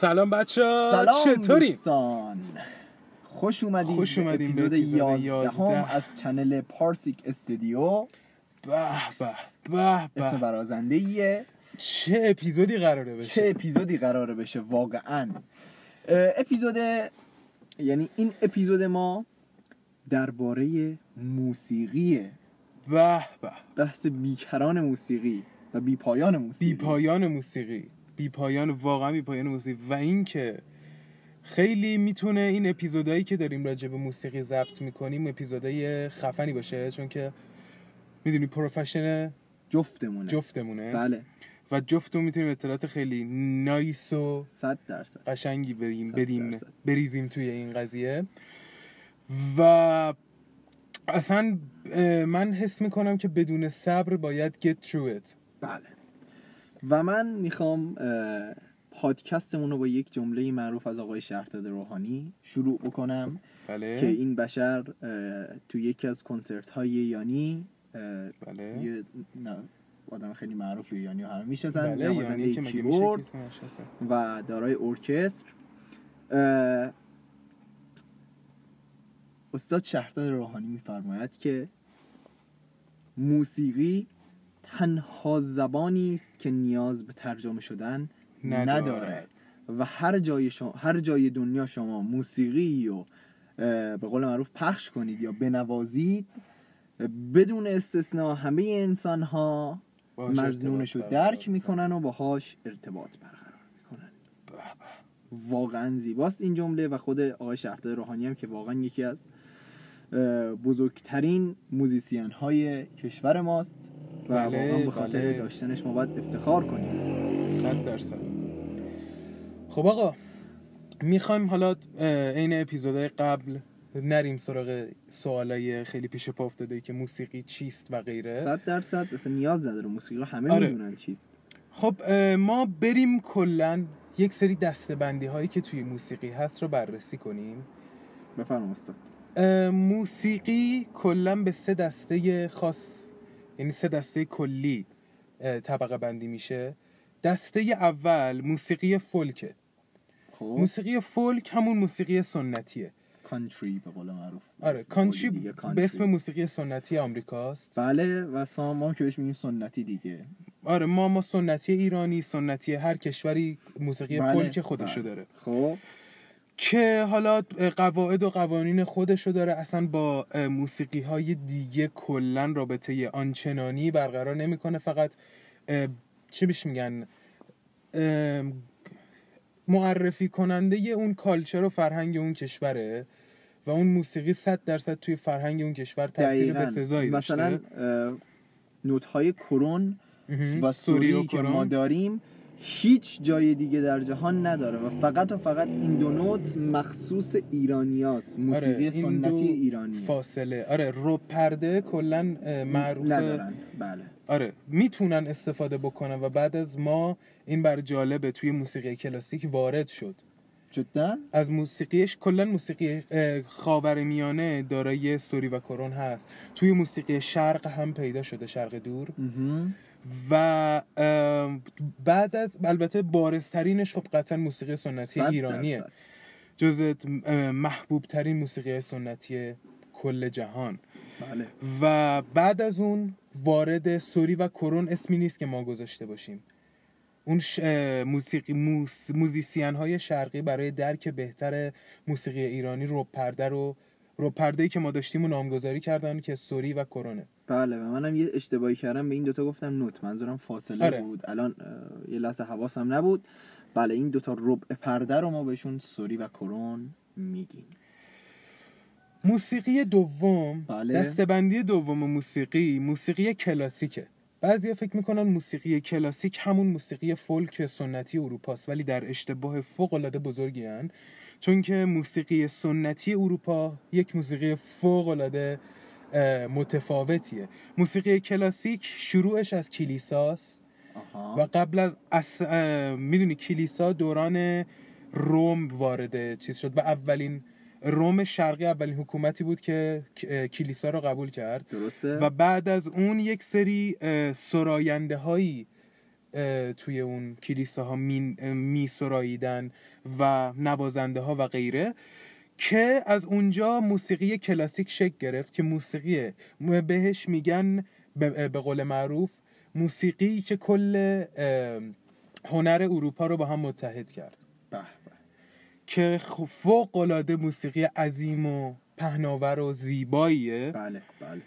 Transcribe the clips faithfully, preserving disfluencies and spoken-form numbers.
سلام بچه‌ها، سلام چطورین؟ دوستان، خوش اومدید خوش اومدین به اپیزود یازدهم از چنل پارسیک استودیو. به به به به، اسم برازنده ایه. چه اپیزودی قراره بشه؟ چه اپیزودی قراره بشه واقعا. اپیزود یعنی این اپیزود ما درباره موسیقیه. به به، بحث بیکران موسیقی و بی پایان موسیقی. بی پایان موسیقی، بی پایان، واقعا بی پایان موسیقی. و این که خیلی میتونه این اپیزودایی که داریم راجع به موسیقی ضبط میکنیم اپیزودای خفنی باشه، چون که میدونی پروفشن جفتمونه جفتمونه بله، و جفتمون میتونیم اطلاعات خیلی نایس و صد درصد قشنگی بدیم صد بدیم درصد. بریزیم توی این قضیه. و اصلا من حس میکنم که بدون صبر باید get through it. بله. و من میخوام پادکستمون رو با یک جمله معروف از آقای شهرداد روحانی شروع بکنم. بله. که این بشر تو یکی از کنسرت های یانی، بله. یه نه آدم خیلی معروفی یانی ها همه میشناسن، بله، نوازنده کیبورد و دارای ارکستر، استاد شهرداد روحانی میفرماید که موسیقی تنها زبانی است که نیاز به ترجمه شدن ندارد, ندارد. و هر جای شما، هر جای دنیا شما موسیقی رو به قول معروف پخش کنید یا بنوازید، بدون استثناء همه انسان ها مظنونش رو درک میکنن و باهاش ارتباط برقرار میکنن. واقعا زیباست این جمله. و خود آقای شهرداد روحانی هم که واقعا یکی از بزرگترین موزیسین های کشور ماست و بله، واقعا به خاطر بله. داشتنش ما باید افتخار کنیم. صد درصد. خب آقا، میخوایم حالا این اپیزودهای قبل نریم سراغ سوالای خیلی پیش پا افتاده که موسیقی چیست و غیره. صد درصد اصلا نیاز نداره، موسیقی همه آره. میدونن چیست. خب ما بریم کلن یک سری دسته‌بندی هایی که توی موسیقی هست رو بررسی کنیم. بفرمایید استاد. موسیقی کلن به سه دسته خاص، یعنی سه دسته کلی طبقه بندی میشه. دسته اول موسیقی فولکه. خب موسیقی فولک همون موسیقی سنتیه، کانتری به قول معروف. آره، کانتری به اسم موسیقی سنتی آمریکاست. بله. و ما که بهش میگیم سنتی دیگه. آره، ما ما سنتی ایرانی، سنتی هر کشوری موسیقی بله. فولک خودشو بله. داره. خب که حالا قواعد و قوانین خودشو داره، اصلا با موسیقی های دیگه کلن رابطه آنچنانی برقرار نمیکنه. فقط چی بهش میگن، معرفی کننده اون کالچر و فرهنگ اون کشوره و اون موسیقی صد درصد توی فرهنگ اون کشور تاثیر بسزایی داشته. مثلا نوت‌های کرون و سوری که ما داریم هیچ جای دیگه در جهان نداره و فقط و فقط این دو نوت مخصوص ایرانیاست. موسیقی آره، سنتی ایرانی فاصله. آره، رو پرده کلن معروفه ندارن. بله. آره، میتونن استفاده بکنن و بعد از ما این بر جالبه توی موسیقی کلاسیک وارد شد. جدا از موسیقیش کلن موسیقی خاورمیانه دارای سوری و کرون هست. توی موسیقی شرق هم پیدا شده، شرق دور. و بعد از البته بارزترینش خب قطعا موسیقی سنتی ایرانیه، جزء محبوب ترین موسیقی سنتی کل جهان. بله. و بعد از اون وارد سوری و کرون اسمی نیست که ما گذاشته باشیم. اون موسیقی موس... موزیسین های شرقی برای درک بهتر موسیقی ایرانی رو پرده رو رو پرده‌ای که ما داشتیم رو نامگذاری کردن که سوری و کرونه. بله. و منم یه اشتباهی کردم، به این دوتا گفتم نوت، منظورم فاصله آره. بود. الان یه لحظه حواسم نبود. بله، این دوتا ربع پرده رو ما بهشون سوری و کرون میگیم. موسیقی دوم، بله. دسته‌بندی دوم موسیقی موسیقی کلاسیکه. بعضیا فکر میکنن موسیقی کلاسیک همون موسیقی فولک سنتی اروپاست، ولی در اشتباه فوق‌العاده بزرگی هن. چون که موسیقی سنتی اروپا یک موسیقی فوق‌العاده متفاوتیه. موسیقی کلاسیک شروعش از کلیساست. آها. و قبل از اس... میدونی کلیسا دوران روم وارد چیز شد و اولین روم شرقی اولین حکومتی بود که کلیسا رو قبول کرد. درسته. و بعد از اون یک سری سراینده هایی توی اون کلیساها می, می سراییدن و نوازنده ها و غیره، که از اونجا موسیقی کلاسیک شکل گرفت که موسیقی بهش میگن به قول معروف موسیقی که کل هنر اروپا رو با هم متحد کرد. به به. که فوق العاده موسیقی عظیم و پهناور و زیباییه. بله بله.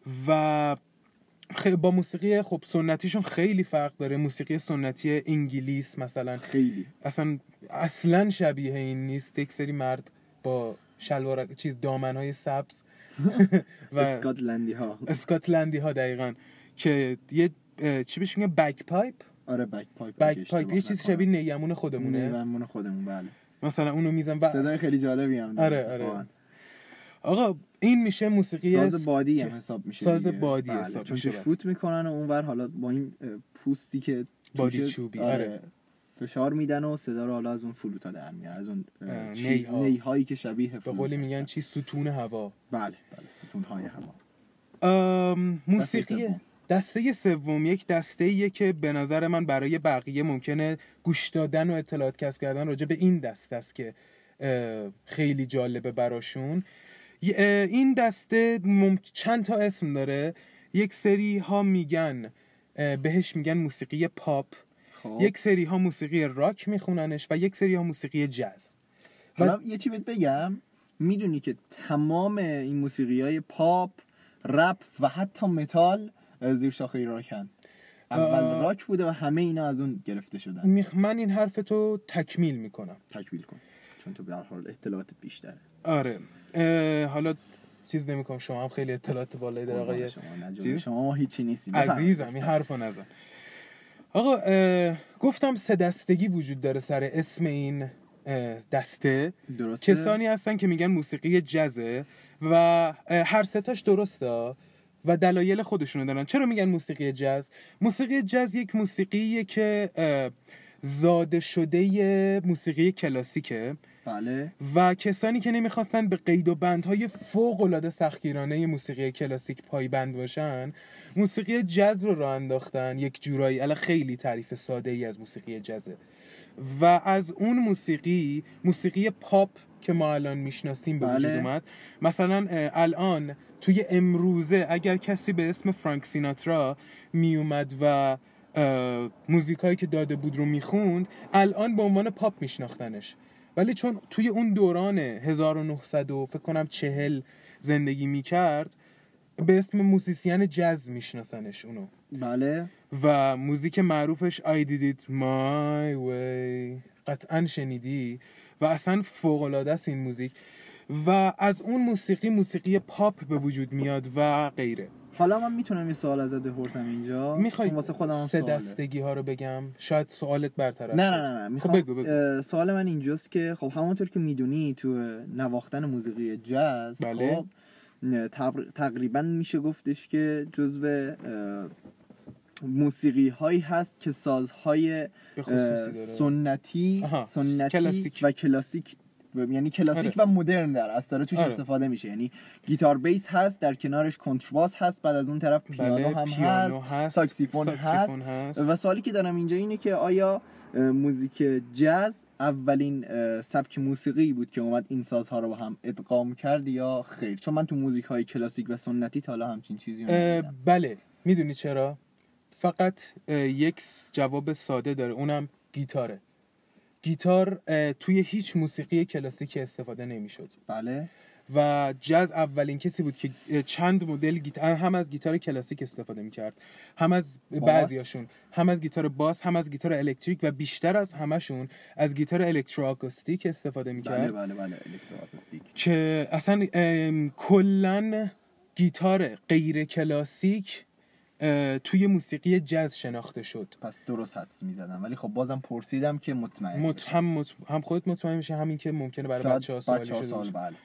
و خیلی با موسیقی خب سنتیشون خیلی فرق داره. موسیقی سنتی انگلیس مثلا خیلی اصلا اصلا شبیه این نیست. یک سری مرد با شلوار چیز دامنهای سبز و اسکاتلندی ها اسکاتلندی ها دقیقاً که یه چی بهش میگن بک پایپ. آره بک پایپ. بک پایپ یه چیز شبیه نیمون خودمونه. نیمون خودمون بله. مثلا اونو میزن و صدای خیلی جالبی هم داره. آره آره. آقا این میشه موسیقی ساز بادی هم حساب میشه. ساز بادی بله. حساب چون میشه. چون فوت میکنن و اونور حالا با این پوستی که بادی چوبی آره فشار میدن و صدا رو حالا از اون فلوتا در میاد، از اون چیز نیها. نیهایی که شبیه فلوت به قولی میگن چی ستون هوا. بله بله ستون های هوا. موسیقی دسته سوم یک دسته‌ایه که به نظر من برای بقیه ممکنه گوش دادن و اطلاعات کسب کردن راجع به این دسته است که خیلی جالبه براشون. این دسته چند تا اسم داره. یک سری ها میگن بهش میگن موسیقی پاپ، خب. یک سری ها موسیقی راک میخوننش و یک سری ها موسیقی جاز. حالا یه چی بهت بگم، میدونی که تمام این موسیقی های پاپ، رپ و حتی متال زیر شاخه راکن. اول راک بوده و همه اینا از اون گرفته شدن. من این حرف تو تکمیل میکنم. تکمیل کن چون تو به هر حال اطلاعاتت بیشتره. آره حالا چیز نمیکنم، شما هم خیلی اطلاعات بالایی داره آقای شما. شما هیچی نیستی عزیزم، این حرفو نزن. آقا گفتم سه دستگی وجود داره سر اسم این دسته. درسته. کسانی هستن که میگن موسیقی جزه و هر سه تاش درسته و دلایل خودشونو دارن. چرا میگن موسیقی جاز؟ موسیقی جاز یک موسیقیه که زاده شده موسیقی کلاسیکه. بله. و کسانی که نمیخواستن به قید و بندهای فوق‌العاده سختگیرانه موسیقی کلاسیک پایبند باشن، موسیقی جاز رو راه انداختن. یک جورایی الا خیلی تعریف ساده ای از موسیقی جازه. و از اون موسیقی موسیقی پاپ که ما الان میشناسیم به وجود اومد. مثلا الان توی امروزه اگر کسی به اسم فرانک سیناترا میومد و موزیکایی که داده بود رو میخوند، الان به عنوان پاپ میشناختنش. ولی چون توی اون دوران هزار و نهصد و فکر کنم چهل زندگی میکرد، به اسم موزیسین جاز میشناسنش اونو. بله. و موزیک معروفش I did it my way قطعا شنیدی و اصلا فوق‌العاده است این موزیک. و از اون موسیقی موسیقی پاپ به وجود میاد و غیره. حالا من میتونم یه سوال ازت بپرسم اینجا؟ میخوای واسه خودم سه دستگی ها رو بگم؟ شاید سوالت برطرف. نه نه نه نه میخوام. خب بگو بگو. سوال من اینجاست که خب همونطور که میدونی تو نواختن موسیقی جاز، بله. خب تقریبا میشه گفتش که جزو موسیقی هایی هست که سازهای سنتی سنتی کلاسیک. و کلاسیک، یعنی کلاسیک آره. و مدرن در از طرف توش آره. استفاده میشه. یعنی گیتار بیس هست، در کنارش کنترباس هست، بعد از اون طرف پیانو بله. هم پیانو هست, هست. ساکسیفون هست. هست. و سوالی که دارم اینجا اینه که آیا موزیک جاز اولین سبک موسیقی بود که اومد این سازها رو با هم ادغام کرد یا خیر؟ چون من تو موزیک های کلاسیک و سنتی تا حالا همچین چیزی رو ندیدم. بله. میدونی چرا؟ فقط یک جواب ساده داره، اونم گیتاره. گیتار توی هیچ موسیقی کلاسیک استفاده نمیشد. بله. و جاز اولین کسی بود که چند مدل گیتار، هم از گیتار کلاسیک استفاده میکرد، هم از بعضیاشون، هم از گیتار باس، هم از گیتار الکتریک و بیشتر از همشون از گیتار الکتروآکوستیک استفاده میکرد. بله بله بله الکتروآکوستیک. که اصلا کلن گیتار غیر کلاسیک توی موسیقی جاز شناخته شد. پس درست حدس میزدم، ولی خب بازم پرسیدم که مطمئن مت... هم, مت... هم خودت مطمئن میشه، همین که ممکنه برای بچه‌ها سوالی شده سال بله.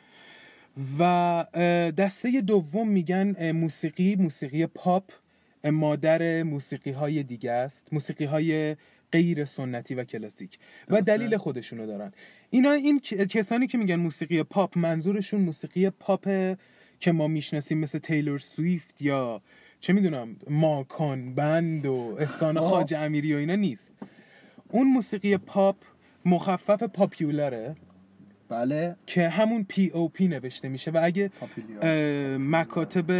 و دسته دوم میگن موسیقی موسیقی پاپ مادر موسیقی های دیگه است، موسیقی های غیر سنتی و کلاسیک. درسته. و دلیل خودشونو دارن اینا. این کسانی که میگن موسیقی پاپ، منظورشون موسیقی پاپ که ما میشناسیم مثل تیلور سویفت یا چه میدونم ماکان بند و احسان خواجه امیری و اینا نیست. اون موسیقی پاپ مخفف پاپیولاره، بله، که همون پی او پی نوشته میشه. و اگه مکاتب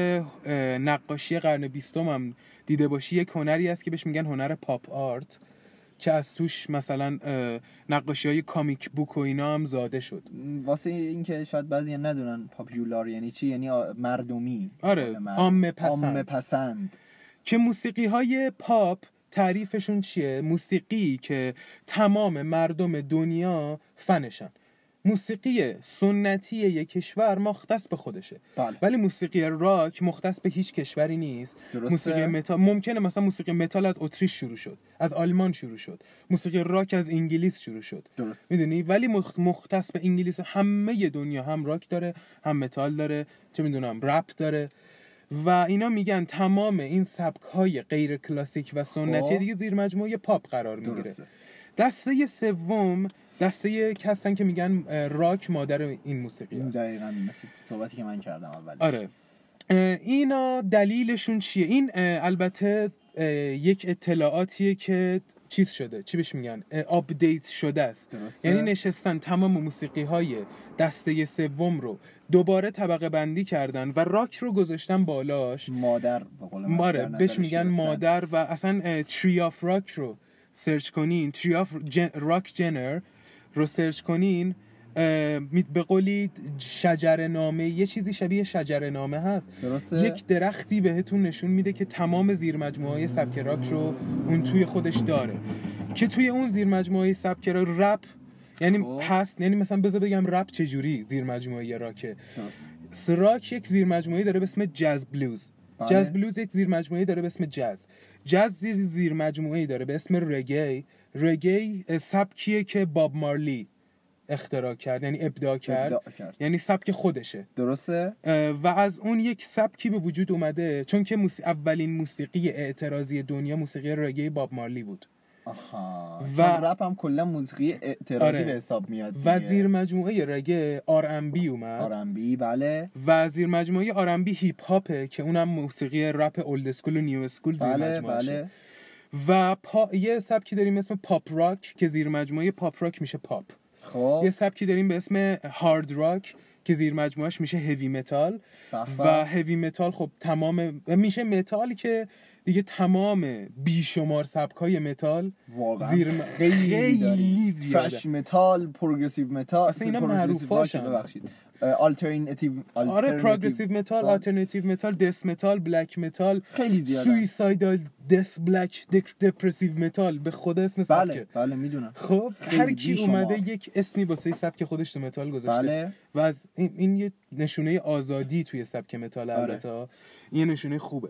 نقاشی قرن بیستم هم دیده باشی، یک هنری هست که بهش میگن هنر پاپ آرت، که از توش مثلا نقاشی های کامیک بوک و اینا هم زاده شد. واسه این که شاید بعضی ندونن پاپیولار یعنی چی، یعنی مردمی. آره، عامه پسند. عامه پسند. که موسیقی های پاپ تعریفشون چیه؟ موسیقی که تمام مردم دنیا فنشن. موسیقی سنتی یک کشور مختص به خودشه، بله. ولی موسیقی راک مختص به هیچ کشوری نیست. درسته. موسیقی متال ممکنه مثلا موسیقی متال از اتریش شروع شد، از آلمان شروع شد، موسیقی راک از انگلیس شروع شد، درست. میدونی؟ ولی مختص به انگلیس. همه دنیا هم راک داره، هم متال داره، چه میدونم رپ داره. و اینا میگن تمام این سبک‌های غیر کلاسیک و سنتی دیگه زیر مجموعه پاپ قرار میگیره. دسته سوم دسته هستن که میگن راک مادر این موسیقی هست. دقیقاً مثل صحبتی که من کردم اولش. آره. اینا دلیلشون چیه؟ این البته یک اطلاعاتیه که چیز شده، چی بهش میگن، آپدیت شده است. درسته. یعنی نشستن تمام موسیقی های دسته سوم رو دوباره طبقه بندی کردن و راک رو گذاشتن بالاش، مادر به قول من. آره، بهش میگن مادر. و اصلا تری آف راک رو سرچ کنین، تری آف راک جنر رو سرچ کنین، به قولی شجره نامه، یه چیزی شبیه شجره نامه هست. درسته. یک درختی بهتون نشون میده که تمام زیر مجموعه سبک راک رو اون توی خودش داره، که توی اون زیر مجموعه سبک راک رپ یعنی خوب. هست. یعنی مثلا بذار بگم رپ چجوری زیر مجموعه راکه. درست. راک یک زیر مجموعه داره به اسم جاز بلوز. بله. جاز بلوز یک زیر مجموعه داره به اسم جاز. جاز زیر زیر مجموعه داره به اسم رگی. رگی سبکیه که باب مارلی اختراع کرد، یعنی ابداع کرد. ابداع کرد. یعنی سبک خودشه. درسته. و از اون یک سبکی به وجود اومده، چون که موسیقی اولین موسیقی اعتراضی دنیا موسیقی رگی باب مارلی بود. آها. و چون رپ هم کلا موسیقی اعتراضی آره. به حساب میاد دیگه. و زیر مجموعه رگه آر ام بی اومد. آر ام بی، بله. و زیر مجموعه آر ام بی هیپ هاپه که اونم موسیقی رپ اولد اسکول و نیو اسکول زیر بله، مجموعهشه. بله. و پا... یه سبکی داریم اسم پاپ راک که زیر مجموعه پاپ راک میشه پاپ. خب. یه سبکی داریم به اسم هارد راک که زیر مجموعهش میشه هیوی متال. و هیوی متال خب تمام میشه متال که دیگه تمام بیشمار سبکای متال واقعا زیر م... خیلی زیاده. ترش متال، پروگرسیو متال، اصلا اینا معروفاشن. ببخشید. آلترناتیو، آره، پروگرسیو متال، آلترناتیو متال، دث متال، بلک متال، خیلی زیاده. سویسایدال دث بلک دپرسیو متال، به خدا اسم سبکه. بله بله میدونم. خب هر کی اومده یک اسمی واسه سبک خودش تو متال گذاشته. بله. و از این, این یه نشونه آزادی توی سبک متال البته. آره. یه نشونه خوبه.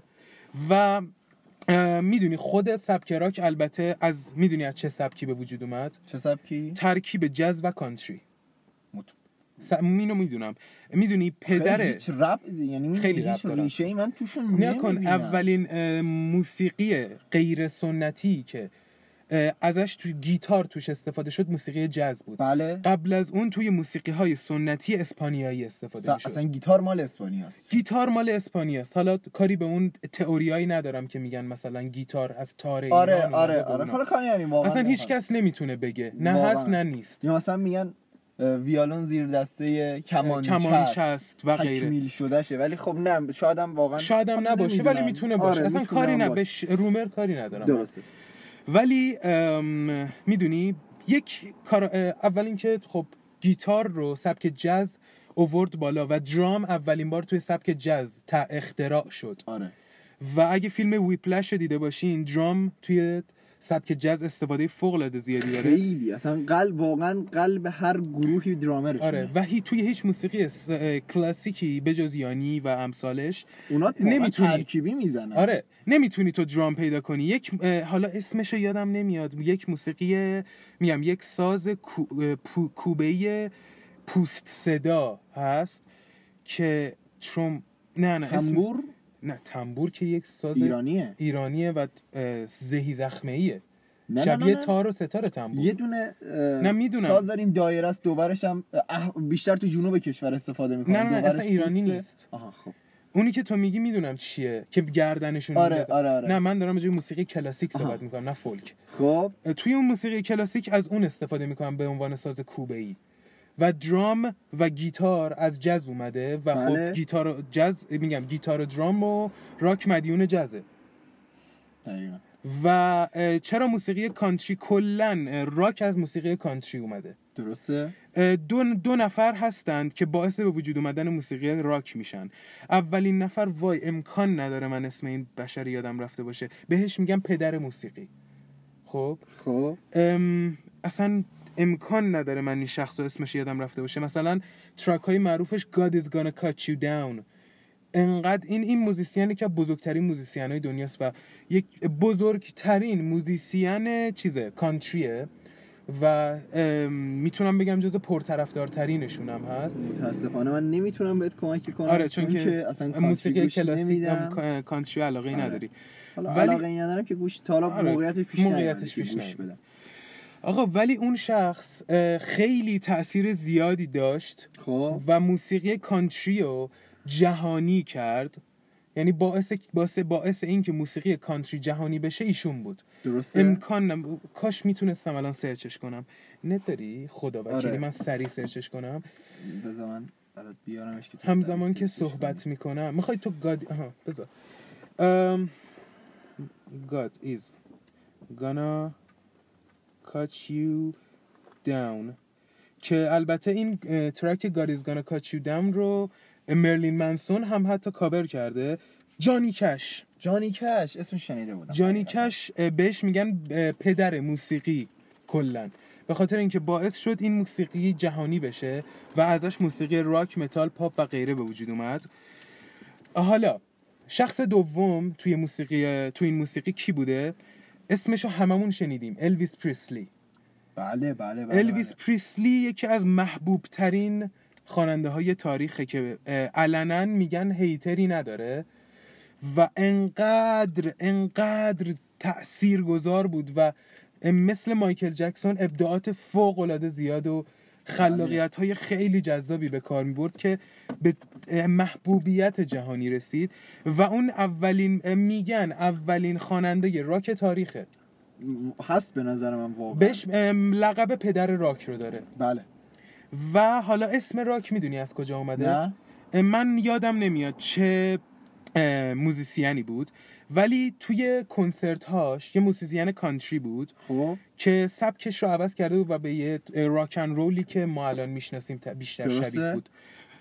و میدونی خود سبک راک البته از میدونی از چه سبکی به وجود اومد؟ چه سبکی؟ ترکیب جاز و کانتری. مت... س... اینو میدونم. میدونی پدر هیچ رپ، یعنی خیلی هیچ ریشه ای من توشون نمیبینم. اولین موسیقی غیر سنتی که ازش تو گیتار توش استفاده شد موسیقی جاز بود. بله. قبل از اون توی موسیقی های سنتی اسپانیایی استفاده میشد. اصلا گیتار مال اسپانیاست. گیتار مال اسپانیاست. حالا کاری به اون تئوریایی ندارم که میگن مثلا گیتار از تار ایران. آره آره آره. حالا کاری نداریم واقعا. اصلا هیچ کس نمیتونه بگه نه هست نه نیست. یا مثلا میگن ویولون زیر دسته کمانچه کمانچست و غیره تکمیل شده شه، ولی خب نه، شاید هم واقعا شاید هم نباشه ولی میتونه باشه. آره اصلا کاری نه به رومر کاری ندارم. درسته. ولی میدونی یک کار اول این که خب گیتار رو سبک جاز اوورد بالا و درام اولین بار توی سبک جاز تا اختراع شد. آره. و اگه فیلم ویپلش رو دیده باشین، درام توی سبک جاز استفاده فوق العاده زیادی داره. خیلی اصلا قلب، واقعا قلب هر گروهی درامرش. آره. و هی توی هیچ موسیقی کلاسیکی بجز یانی و امثالش اونا نمیتونی ترکیبی میزنن. آره نمیتونی تو درام پیدا کنی. یک حالا اسمشو یادم نمیاد، یک موسیقی میگم یک ساز کو... کوبه‌ای پوست صدا هست که تروم نه نه تنبور اسم... نه تنبور که یک ساز ایرانیه ایرانیه و زهی زخمه‌ایه. شبیه تار و ستار تنبور. یه دونه نه میدونم ساز داریم دایره است، دوبرش هم بیشتر تو جنوب کشور استفاده میکنن. نه نه اصلا ایرانی نیست. آها خب اونی که تو میگی میدونم چیه که گردنشون آره میندازه. آره آره نه من دارم راجع به موسیقی کلاسیک آها. صحبت میکنم نه فولک. خب توی اون موسیقی کلاسیک از اون استفاده میکنم به عنوان ساز کوبه‌ای و درام و گیتار از جاز اومده و بله. خب گیتار و جاز میگم گیتار و درام و راک مدیون جازه. دقیقاً. و چرا موسیقی کانتری کلن راک از موسیقی کانتری اومده؟ درسته. دو دو نفر هستند که باعث به وجود اومدن موسیقی راک میشن. اولین نفر وای امکان نداره من اسم این بشر یادم رفته باشه، بهش میگم پدر موسیقی. خب خب اصلا امکان نداره من این شخص رو اسمش یادم رفته باشه. مثلا ترک های معروفش God is gonna cut you down، انقدر این این موزیسیانی که بزرگترین موزیسین های دنیاست و یک بزرگترین موزیسین چیزه کانتریه و میتونم بگم جز پرطرفدارترینشون هم هست. متاسفانه من نمیتونم بهت کمک کنم. آره چون, چون که اصلا موسیقی کلاسیک هم کانتری علاقه‌ای آره. نداری. حالا ولی... علاقه‌ای ندارم که گوش تا حالا آره. موقعیتش پیش موقعیتش پیش گوش بدم. آقا ولی اون شخص خیلی تأثیر زیادی داشت خب و موسیقی کانتری رو جهانی کرد. یعنی باعث باعث باعث این که موسیقی کانتری جهانی بشه ایشون بود. درسته. امکان نم... کاش میتونستم الان سرچش کنم. نت داری؟ خدا وکیلی آره. من سریع سرچش کنم. بذار من برات بیارمش که همزمان که صحبت کنم. میکنم میخوای تو گاد آها بذار um... God is gonna cut you down که البته این ترک God is gonna cut you down رو مرلین منسون هم حتی کاور کرده. جانی کش جانی کش اسمش شنیده بودم. جانی کش بهش میگن پدر موسیقی کلن، به خاطر اینکه باعث شد این موسیقی جهانی بشه و ازش موسیقی راک، متال، پاپ و غیره به وجود اومد. حالا شخص دوم توی موسیقی توی این موسیقی کی بوده؟ اسمشو هممون شنیدیم، الویس پریسلی. بله بله بله. الویس بله. پریسلی یکی از محبوب ترین خواننده های تاریخه که علنا میگن هیتری نداره و انقدر انقدر تأثیرگذار بود و مثل مایکل جکسون ابداعات فوق العاده زیاد و خلاقیت های خیلی جذابی به کار می برد که به محبوبیت جهانی رسید و اون اولین میگن اولین خواننده راک تاریخه. هست به نظر من واقعا. بهش لقب پدر راک رو داره. بله. و حالا اسم راک میدونی از کجا اومده؟ نه؟ من یادم نمیاد چه موزیسیانی بود ولی توی کنسرت هاش یه موزیسین کانتری بود خب که سبکش رو عوض کرده بود و به یه راک ان رولی که ما الان میشناسیم بیشتر شبیه بود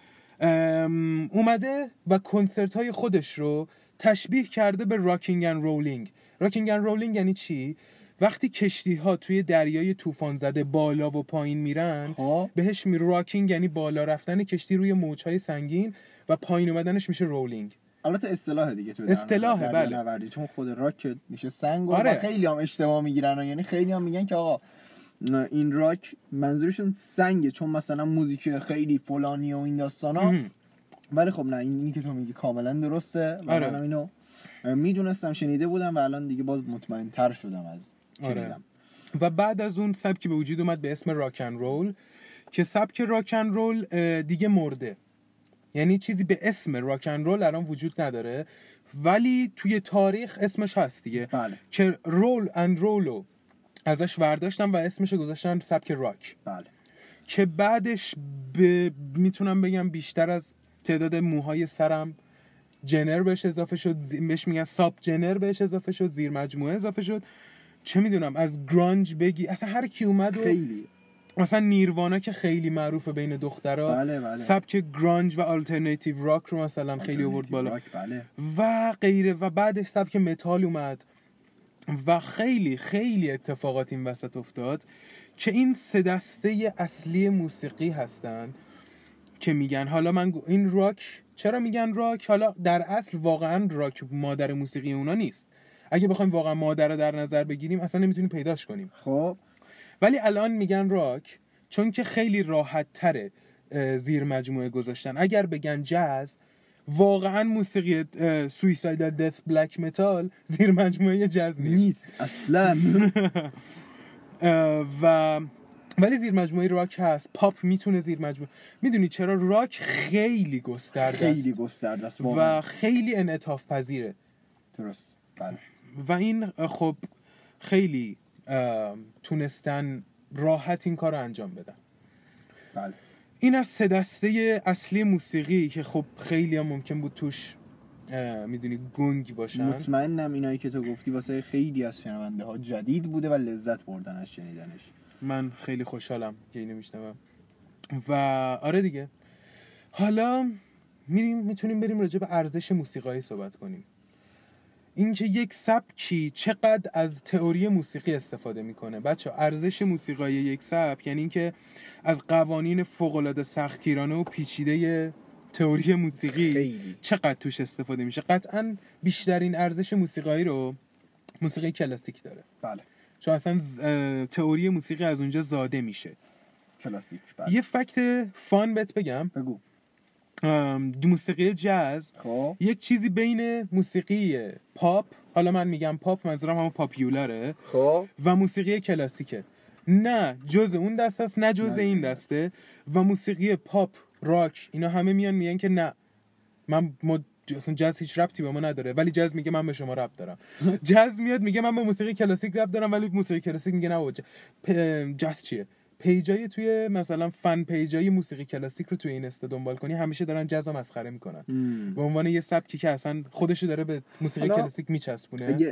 اومده و کنسرت های خودش رو تشبیه کرده به راکینگ ان رولینگ. راکینگ ان رولینگ یعنی چی؟ وقتی کشتی ها توی دریای طوفان زده بالا و پایین میرن ها. بهش می راکینگ یعنی بالا رفتن کشتی روی موجهای سنگین و پایین اومدنش میشه رولینگ. البته اصطلاح دیگه تو اصطلاحه بله نوردی چون خود راک میشه سنگ و آره. خیلی هم اشتباه میگیرن، یعنی خیلی هم میگن که آقا این راک منظورشون سنگه چون مثلا موزیک خیلی فلانی و این داستانا، ولی خب نه اینی که تو میگی کاملا درسته و آره. منم اینو میدونستم شنیده بودم و الان دیگه باز مطمئن تر شدم از شنیدم. آره. و بعد از اون سبکی به وجود اومد به اسم راک ان رول که سبک راک ان رول دیگه مرده، یعنی چیزی به اسم راک ان رول الان وجود نداره ولی توی تاریخ اسمش هست دیگه. بله. که رول اند رولو ازش ورداشتن و اسمش گذاشتن سبک راک. بله. که بعدش ب... میتونم بگم بیشتر از تعداد موهای سرم جنر بهش اضافه شد، بهش میگن ساب جنر بهش اضافه شد، زیر مجموعه اضافه شد، چه میدونم از گرانج بگی اصلا هر کی اومد و خیلی مثلا نیروانا که خیلی معروفه بین دخترها، بله بله. سبک گرانج و آلترناتیو راک رو مثلا خیلی آورد بالا راک بله. و غیره و بعدش سبک متال اومد و خیلی خیلی اتفاقات این وسط افتاد که این سه دسته اصلی موسیقی هستن که میگن حالا من این راک چرا میگن راک؟ حالا در اصل واقعا راک مادر موسیقی اونا نیست، اگه بخوایم واقعا مادر رو در نظر بگیریم اصلا نمیتونیم پیداش کنیم. خب ولی الان میگن راک چون که خیلی راحت تره زیر مجموعه گذاشتن. اگر بگن جاز واقعا موسیقی سویسایدال دث بلک متال زیر مجموعه جاز نیست, نیست اصلا. و ولی زیر مجموعه راک هست. پاپ میتونه زیر مجموعه، میدونی چرا؟ راک خیلی گسترده است، خیلی گسترده است و خیلی انعطاف پذیره. درست. بله. و این خب خیلی تونستن راحت این کار رو انجام بدن. بله. این از سه دسته اصلی موسیقی که خب خیلی هم ممکن بود توش میدونی گنگ باشن. مطمئنم اینایی که تو گفتی واسه خیلی از شنونده ها جدید بوده و لذت بردن از شنیدنش. من خیلی خوشحالم که اینو میشنوم. و آره دیگه، حالا میریم میتونیم بریم راجع به ارزش موسیقایی صحبت کنیم. اینکه یک سبکی چقدر از تئوری موسیقی استفاده میکنه. بچه ارزش موسیقایی یک سبک یعنی اینکه از قوانین فوق‌العاده سختگیرانه و پیچیده تئوری موسیقی خیلی. چقدر توش استفاده میشه. قطعاً بیشترین ارزش موسیقایی رو موسیقی کلاسیک داره. بله. چون اصلا تئوری موسیقی از اونجا زاده میشه. کلاسیک. بله. یه فکت فان بهت بگم. بگو. موسیقی جاز خب یک چیزی بین موسیقی پاپ، حالا من میگم پاپ منظورم همون پاپیولاره، خب و موسیقی کلاسیکه. نه جز اون دسته است نه جز این دسته. و موسیقی پاپ، راک، اینا همه میان میگن که نه من مد... اصلا جاز هیچ ربطی به ما نداره، ولی جاز میگه من به شما ربط دارم. جاز میاد میگه من به موسیقی کلاسیک ربط دارم، ولی موسیقی کلاسیک میگه نه بابا پ... جاز چیه. پیجای توی مثلا فن پیجای موسیقی کلاسیک رو توی این است دنبال کنی، همیشه دارن جاز رو مسخره میکنن به عنوان یه سبکی که اصلا خودشو داره به موسیقی کلاسیک میچسبونه. اگه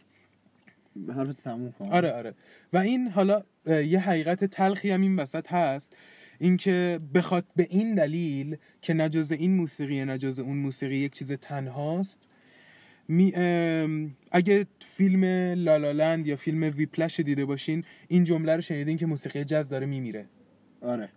حرفت تموم کن. آره آره. و این حالا یه حقیقت تلخی هم این وسط هست، اینکه بخواد به این دلیل که نجز این موسیقی نجز اون موسیقی یک چیز تنهاست، می اگه فیلم لالالند یا فیلم ویپلش دیده باشین این جمله رو شنیدین که موسیقی جاز داره میمیره. آره.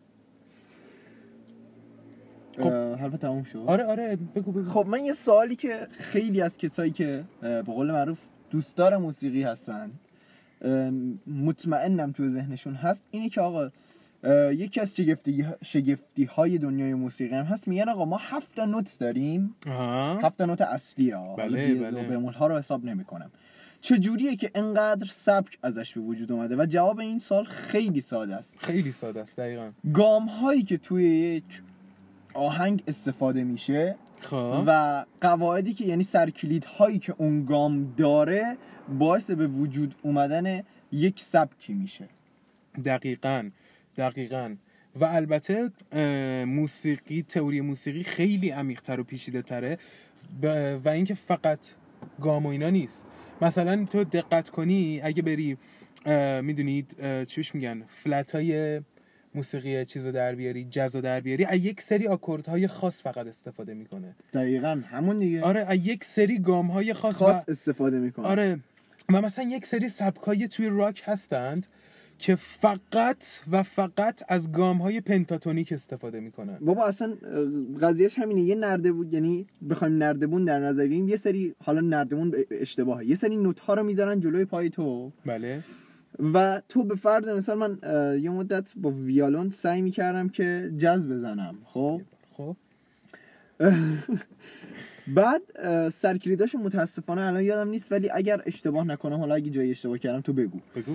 خب حرف تموم شد. آره آره بگو بگو. خب من یه سوالی که خیلی از کسایی که به قول معروف دوستدار موسیقی هستن مطمئنم تو ذهنشون هست، اینه که آقا یکی از شگفتی شگفتی های دنیای موسیقی هم هست، میگن آقا ما هفت تا نوت داریم. آها. هفت تا نوت اصلی ها. بله بله. بمول ها رو حساب نمی‌کنم. چه جوریه که انقدر سبک ازش به وجود اومده؟ و جواب این سوال خیلی ساده است. خیلی ساده است. دقیقاً گام هایی که توی یک آهنگ استفاده میشه خب و قواعدی که یعنی سرکلید هایی که اون گام داره باعث به وجود اومدن یک سبکی میشه. دقیقاً دقیقاً. و البته موسیقی، تئوری موسیقی خیلی عمیق‌تر و پیچیده‌تره و اینکه فقط گام و اینا نیست. مثلا تو دقت کنی اگه بری میدونید چیش میگن فلت‌های موسیقی چیزو در بیاری، جازو در بیاری، از یک سری آکوردهای خاص فقط استفاده میکنه. دقیقاً همون دیگه. آره از یک سری گام‌های خاص, خاص و... استفاده میکنه. آره و مثلا یک سری سبکای توی راک هستند که فقط و فقط از گام‌های پنتاتونیک استفاده میکنن. بابا اصلا قضیهش همینه، یه نردبون، یعنی بخوایم نردبون در نظر بگیریم، یه سری حالا نردبون اشتباهه، یه سری نوت‌ها رو میذارن جلوی پای تو. بله. و تو به فرض مثال من یه مدت با ویالون سعی میکردم که جاز بزنم. خب خب بعد سرکلیداشو متاسفانه الان یادم نیست، ولی اگر اشتباه نکنم، حالا اگه جایی اشتباه کردم تو بگو. بگو.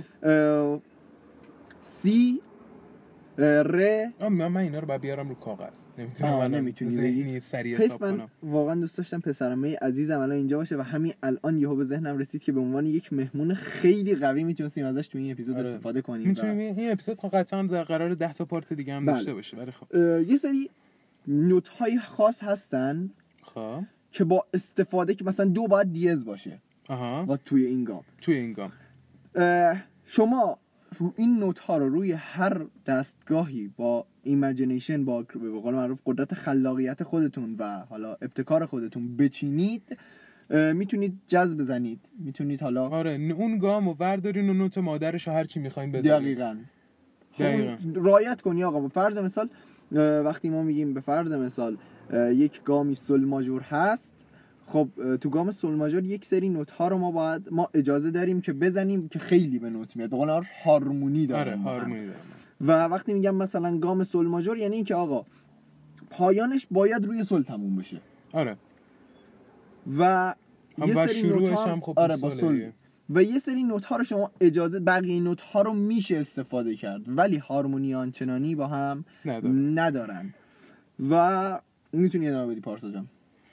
سی ر من من اینا رو باید بیارم رو کاغذ، نمیتونم الان نمیتونی ذهنی سریع حساب کنم. واقعا دوست داشتم پسرمه عزیزم الان اینجا باشه و همین الان یهو به ذهنم رسید که به عنوان یک مهمون خیلی قوی میتونستیم ازش تو این اپیزود آره. استفاده کنیم. میتونیم این اپیزود قطعا در قرار ده تا پارت دیگه هم داشته باشه. ولی خب یه سری نوت های خاص هستن خب که با استفاده که مثلا دو باید دیز باشه. آها. و توی این گام توی این گام شما رو این نوت ها رو روی هر دستگاهی با ایمیجینیشن، با به قول معروف قدرت خلاقیت خودتون و حالا ابتکار خودتون بچینید، میتونید جاز بزنید، میتونید حالا آره اون گامو وردارین و نوت مادرش هر چی میخواین بزنید. دقیقاً. دقیقاً. رعایت کنی آقا. به فرض مثال وقتی ما میگیم به فرض مثال یک گامی سل ماژور هست، خب تو گام سل ماژور یک سری نوت ها رو ما باید ما اجازه داریم که بزنیم که خیلی به نوت میاد، به قول معروف هارمونی داره. آره هارمونی داره. و وقتی میگم مثلا گام سل ماژور یعنی این که آقا پایانش باید روی سل تموم بشه. آره. و یه سری نوت ها هم خب آره با سل و یه سری نوت ها رو شما اجازه بقیه نوت ها رو میشه استفاده کرد ولی هارمونی آنچنانی با هم ندارن, ندارن. و میتونی ادامه بدی پارسا جان؟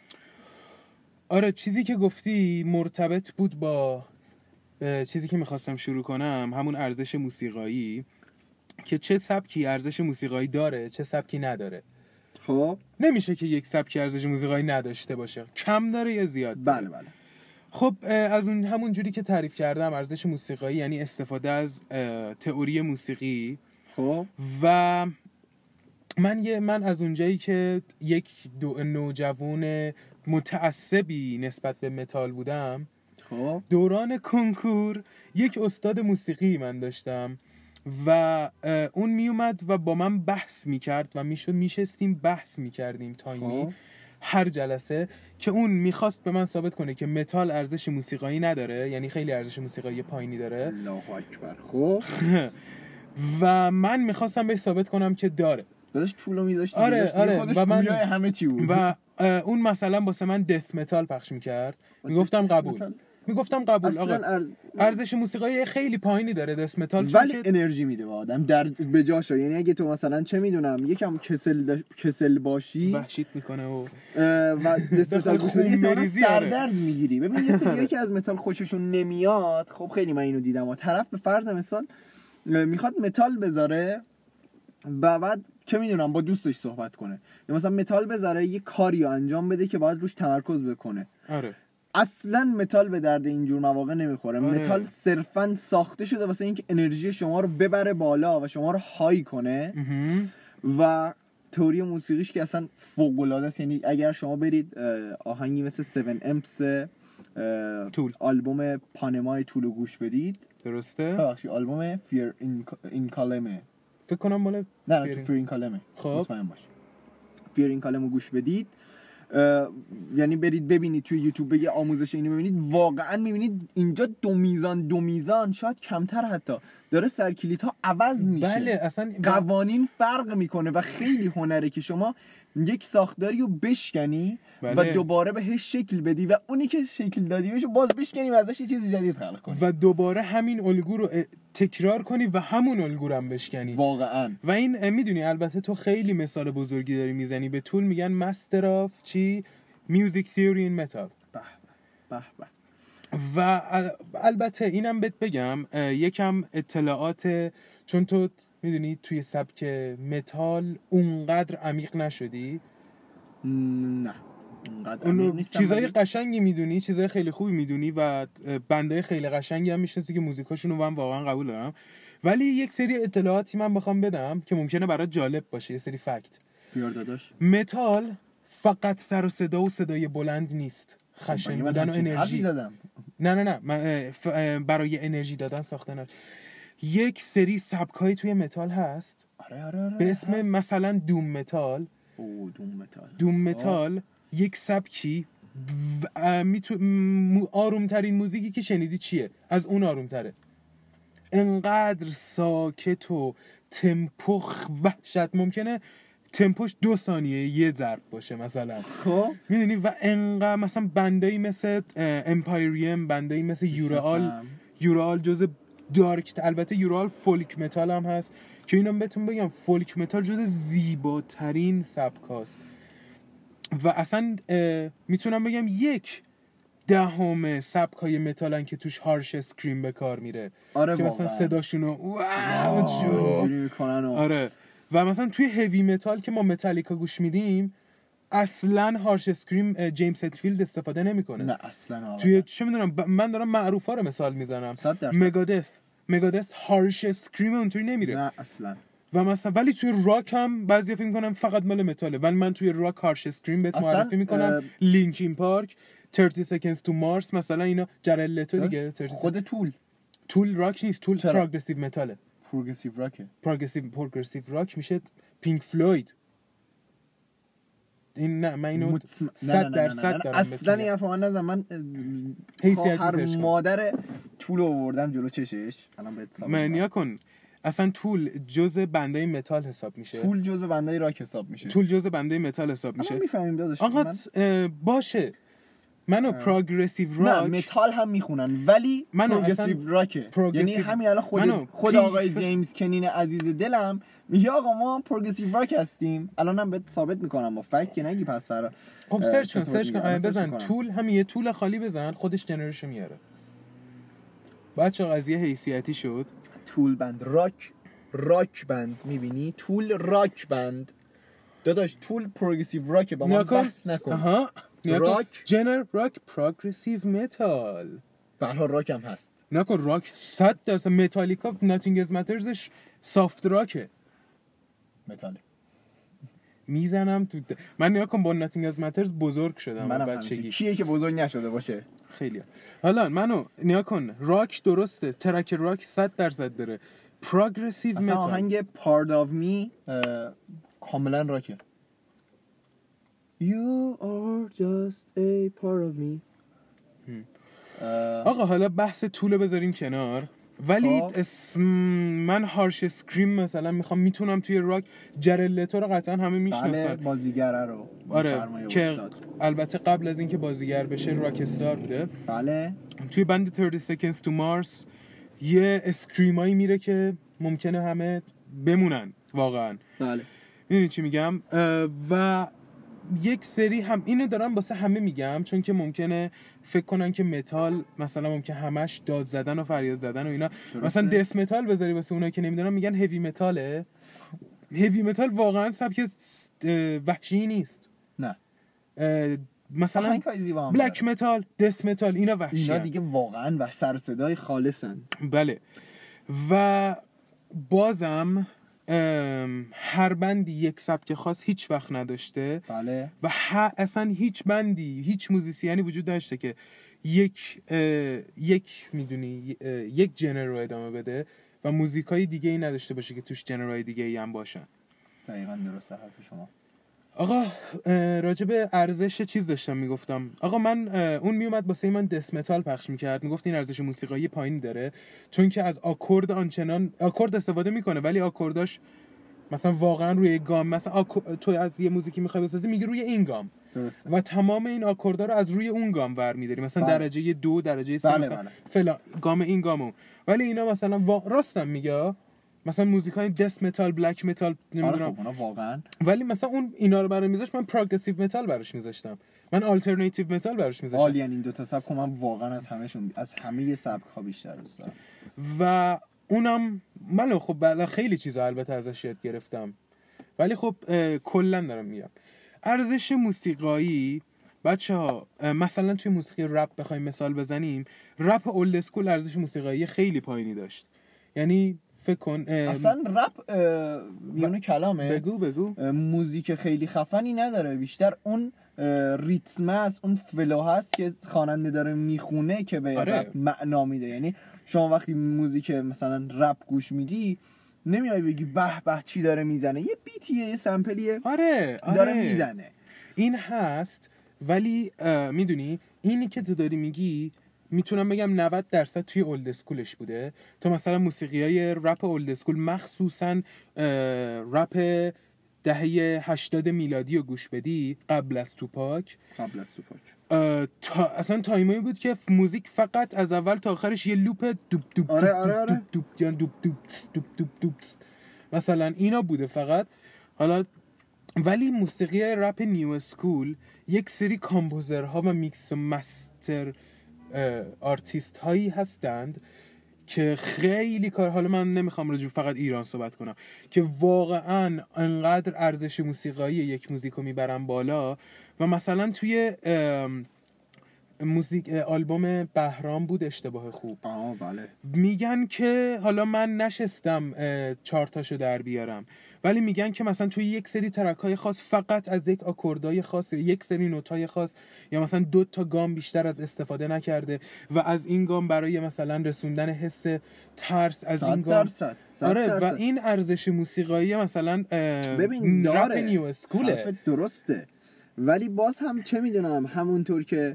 آره چیزی که گفتی مرتبط بود با چیزی که میخواستم شروع کنم، همون ارزش موسیقایی، که چه سبکی ارزش موسیقایی داره چه سبکی نداره. خب نمیشه که یک سبکی ارزش موسیقایی نداشته باشه، کم داره یا زیاد داره. بله بله. خب از اون همون جوری که تعریف کردم ارزش موسیقایی یعنی استفاده از تئوری موسیقی. خب و من یه من از اونجایی که یک نوجوان متعصبی نسبت به متال بودم، خب دوران کنکور یک استاد موسیقی من داشتم و اون می اومد و با من بحث میکرد و میشد میشستیم بحث میکردیم تایمی خب. هر جلسه که اون میخواست به من ثابت کنه که متال ارزش موسیقایی نداره، یعنی خیلی ارزش موسیقایی پایینی داره. الله اکبر. خب و من میخواستم بهش ثابت کنم که داره. داداش طولو میذاشتی. آره آره و من همه چی بود. و اون مثلا واسه من دث متال پخش میکرد، میگفتم قبول میگفتم قبول آقا ارز... ارزش موسیقایی خیلی پایینی داره دث متال، ولی که... انرژی میده به آدم در به جاشو. یعنی اگه تو مثلا چه میدونم یکم کسل داش... کسل باشی وحشیت میکنه و و دث متال گوش بدی تو سردرد میگیری. ببین یه سری که از متال خوششون نمیاد، خب خیلی من اینو دیدم، و طرف به فرض مثال میخواد متال بذاره و بعد چه میدونم با دوستش صحبت کنه، یا مثلا متال بذاره یه کاری انجام بده که باید روش تمرکز بکنه. آره اصلا متال به درد اینجور مواقع نمیخوره. آره. متال صرفا ساخته شده واسه اینکه انرژی شما رو ببره بالا و شما رو های کنه و تئوری موسیقیش که اصلا فوق العاده است. یعنی اگر شما برید آهنگی مثل هفت امپس طول آلبوم پانمای طول رو گوش بدید، درسته؟ ببخشید آلبوم فیر این کالمه فکر کنم مال نه نه فیر این کالمه، خب مطمئن باش فیر این کالمه گوش بدید، یعنی برید ببینید توی یوتیوب بگید آموزش اینو ببینید، واقعا میبینید اینجا دو میزان دو میزان شاید کمتر حتی داره سرکلیت ها عوض میشه. بله اصلا قوانین فرق میکنه و خیلی هنره که شما یک ساختاری رو بشکنی بله. و دوباره بهش شکل بدی و اونی که شکل دادی بهش باز بشکنی و ازش یه چیز جدید خلق کنی و دوباره همین الگو رو تکرار کنی و همون الگو رو هم بشکنی واقعا. و این میدونی البته تو خیلی مثال بزرگی داری میزنی، به طول میگن مستر آف چی میوزیک تئوری این متال. به به به. و البته اینم بهت بگم یکم اطلاعات، چون تو میدونی توی سبک متال اونقدر عمیق نشدی. نه اونقدر عمیق نیستم. چیزای قشنگی میدونی، چیزای خیلی خوبی میدونی و بنده خیلی قشنگی هم میشناسی که موزیکاشون رو من واقعا قبول دارم، ولی یک سری اطلاعاتی من بخوام بدم که ممکنه برات جالب باشه، یه سری فکت. بیار داداش. متال فقط سر و صدا و صدای بلند نیست، خشن بودن و انرژی. زدم. نه نه نه من برای انرژی دادن ساخته نشد. یک سری سبکای توی متال هست آره آره آره به اسم هست. مثلا دوم متال. او دوم متال دوم متال آه. یک سبکی میتو... آرومترین موزیکی که شنیدی چیه؟ از اون آرومتره. انقدر ساکت و تمپو وحشت، ممکنه تمپوش دو ثانیه یه ضرب باشه مثلا، خب میدونی، و انقدر مثلا بندایی مثل امپایریم، بندایی مثل یورال یورال جزء دارک، البته یورال فولک متال هم هست که اینم بهتون بگم فولک متال جزء زیباترین سبکاست و اصلا میتونم بگم یک دهم سبکای متالن که توش هارش اسکریم به کار میره. آره که مثلا صداشونو واو آره. و مثلا توی هیوی متال که ما متالیکا گوش میدیم اصلا هارش اسکریم جیمز هتفیلد استفاده نمیکنه. نه اصلا آره. توی چه میدونم ب... من دارم معروفا رو مثال میزنم، مگادث مگادث هارش اسکریم اونطوری نمیره. نه اصلا. و مثلا ولی توی راک هم بعضی فکر میکنم فقط مال متاله، ولی من توی راک هارش اسکریم بهت معرفی میکنم. اه... لینکین پارک، ثلاثین seconds to Mars مثلا، اینا جرلتو دیگه. خود طول طول راک نیست، طول پروگرسیو متاله. پروگرسیو راکه. پروگرسیو پروگرسیو راک میشه پینک فلوید. این نه من اینو صد درصد دارم اصلا این حرفو من نزدم. من هر مادر طول آوردم جلو چشش الان بهت حساب من کن. اصلا طول جزء بندای متال حساب میشه. طول جزء بندای راک حساب میشه. طول جزء بندای متال حساب میشه. الان میفهمیم داداش. آقا باشه منو پروگرسیو نه راک متال هم میخونن ولی پروگرسیو راکه. یعنی همین الان خود خود آقای جیمز کنین عزیز دلم میگه آقا ما پروگرسیو راک هستیم. الانم بهت ثابت میکنم با فکت که نگی پس فرا. خب سرچ کن سرچ کن بزن طول، همین یه طول خالی بزن خودش جنریشن میاره. بچه قضیه حیثیتی شد. طول بند راک راک بند میبینی؟ طول راک بند داداش، طول پروگرسیو راک با ما بحث نکن. آها راک جنر راک پروگرسیو متال بله راک هم هست. نکن راک صد درصد. متالیکا ناتینگ از ماترزش سافت راکه. متاله میزنم تو د... من نیا کن با ناتینگ از ماترز بزرگ شدم بچگی. کیه که بزرگ نشده باشه؟ خیلی. حالا منو نیا کن راک درسته، ترک راک صد درصد داره. پروگرسیو متال اصلا آهنگ پارت آف می کاملا راکه. You are just a part of me. آقا حالا بحث طول بذاریم کنار، ولی اسم من هارش اسکریم مثلا میخوام میتونم توی راک جرلتو رو قطعا همه میشناسن. بله بازیگره رو. آره که البته قبل از اینکه بازیگر بشه راک استار بوده. بله توی بند سی seconds to Mars یه اسکریمایی میره که ممکنه همه بمونن واقعا. بله میدونی چی میگم؟ و یک سری هم اینو دارم واسه همه میگم چون که ممکنه فکر کنن که متال مثلا ممکنه همش داد زدن و فریاد زدن و اینا. درسته. مثلا دس متال بذاری واسه اونایی که نمیدونن میگن هیوی متاله. هیوی متال واقعا سبک وحشی نیست. نه مثلا بلک متال، دث متال اینا وحشی. اینا دیگه واقعا و سر صدای خالصن. بله. و بازم هر بندی یک سبک خاص هیچ وقت نداشته. بله. و اصلا هیچ بندی هیچ موزیسیانی وجود داشته که یک یک میدونی یک جنر رو ادامه بده و موزیکای دیگه ای نداشته باشه که توش جنرهای دیگه ای هم باشن. دقیقاً درسته حرف شما. آقا راجع به ارزش چیز داشتم میگفتم. آقا من اون میومد واسه من دث متال پخش میکرد، میگفت این ارزش موسیقایی پایینی داره چون که از آکورد آنچنان آکورد استفاده میکنه ولی آکورداش مثلا واقعا روی گام، مثلا آکو... تو از یه موزیکی میخوای بسازی میگه روی این گام. درسته. و تمام این آکوردها رو از روی اون گام ور میداری، مثلا بله. درجه دو، درجه سه، بله مثلا بله. فلان گام این گامو. ولی اینا مثلا وا... راستم میگه مثلا موزیکای دث متال، بلک متال نمیدونم. آره خب اونا واقعا. ولی مثلا اون اینا رو برای میذاشت، من پروگرسیو متال براش میذاشتم، من آلترناتیو متال براش میذاشتم. عالی. این دو تا سبک من واقعا از همهشون از همه سبک ها بیشتر دوست دارم. و اونم من خب بالا خیلی چیزا البته ازش یاد گرفتم، ولی خب کلا دارم میگم ارزش موسیقایی بچه‌ها. مثلا توی موسیقی رپ بخوایم مثال بزنیم، رپ اولد اسکول ارزش موسیقایی خیلی پایینی داشت. یعنی فکر کن اصلا رپ میونه کلامه بگو بگو موزیک خیلی خفنی نداره، بیشتر اون ریتم است، اون فلو هست که خواننده داره میخونه که به آره. رپ معنا میده. یعنی شما وقتی موزیک مثلا رپ گوش میدی نمیای بگی به به چی داره میزنه، یه بیتیه، یه سمپلیه، آره آره داره میزنه. این هست. ولی میدونی اینی که تو داری میگی میتونم بگم نود درصد توی اولد اسکولش بوده. تو مثلا موسیقیای رپ اولد اسکول مخصوصا رپ دهه هشتاد میلادی رو گوش بدی قبل از توپاک قبل از توپاک تا اصلا تایمایی بود که موزیک فقط از اول تا آخرش یه لوپ دوب دوب آره آره آره دوب دوب دوب دوب دوب دوب دوب دوب مثلا اینا بوده فقط. حالا ولی موسیقی رپ نیو اسکول یک سری کامپوزرها و میکس و مستر آرتیست هایی هستند که خیلی کار، حالا من نمیخوام راجع فقط ایران صحبت کنم، که واقعا انقدر ارزش موسیقایی یک موزیکو میبرن بالا. و مثلا توی موزیک آلبوم بهرام بود اشتباه خوب، آه بله، میگن که حالا من نشستم چهار تاشو در بیارم، ولی میگن که مثلا توی یک سری ترک‌های خاص فقط از یک آکوردای خاص، یک سری نوت‌های خاص یا مثلا دو تا گام بیشتر از استفاده نکرده و از این گام برای مثلا رسوندن حس ترس از این گام درصد آره درصد. و این ارزش موسیقایی مثلا ببین داره نیو اسکوله، حرفت درسته، ولی باز هم چه میدونم همونطور که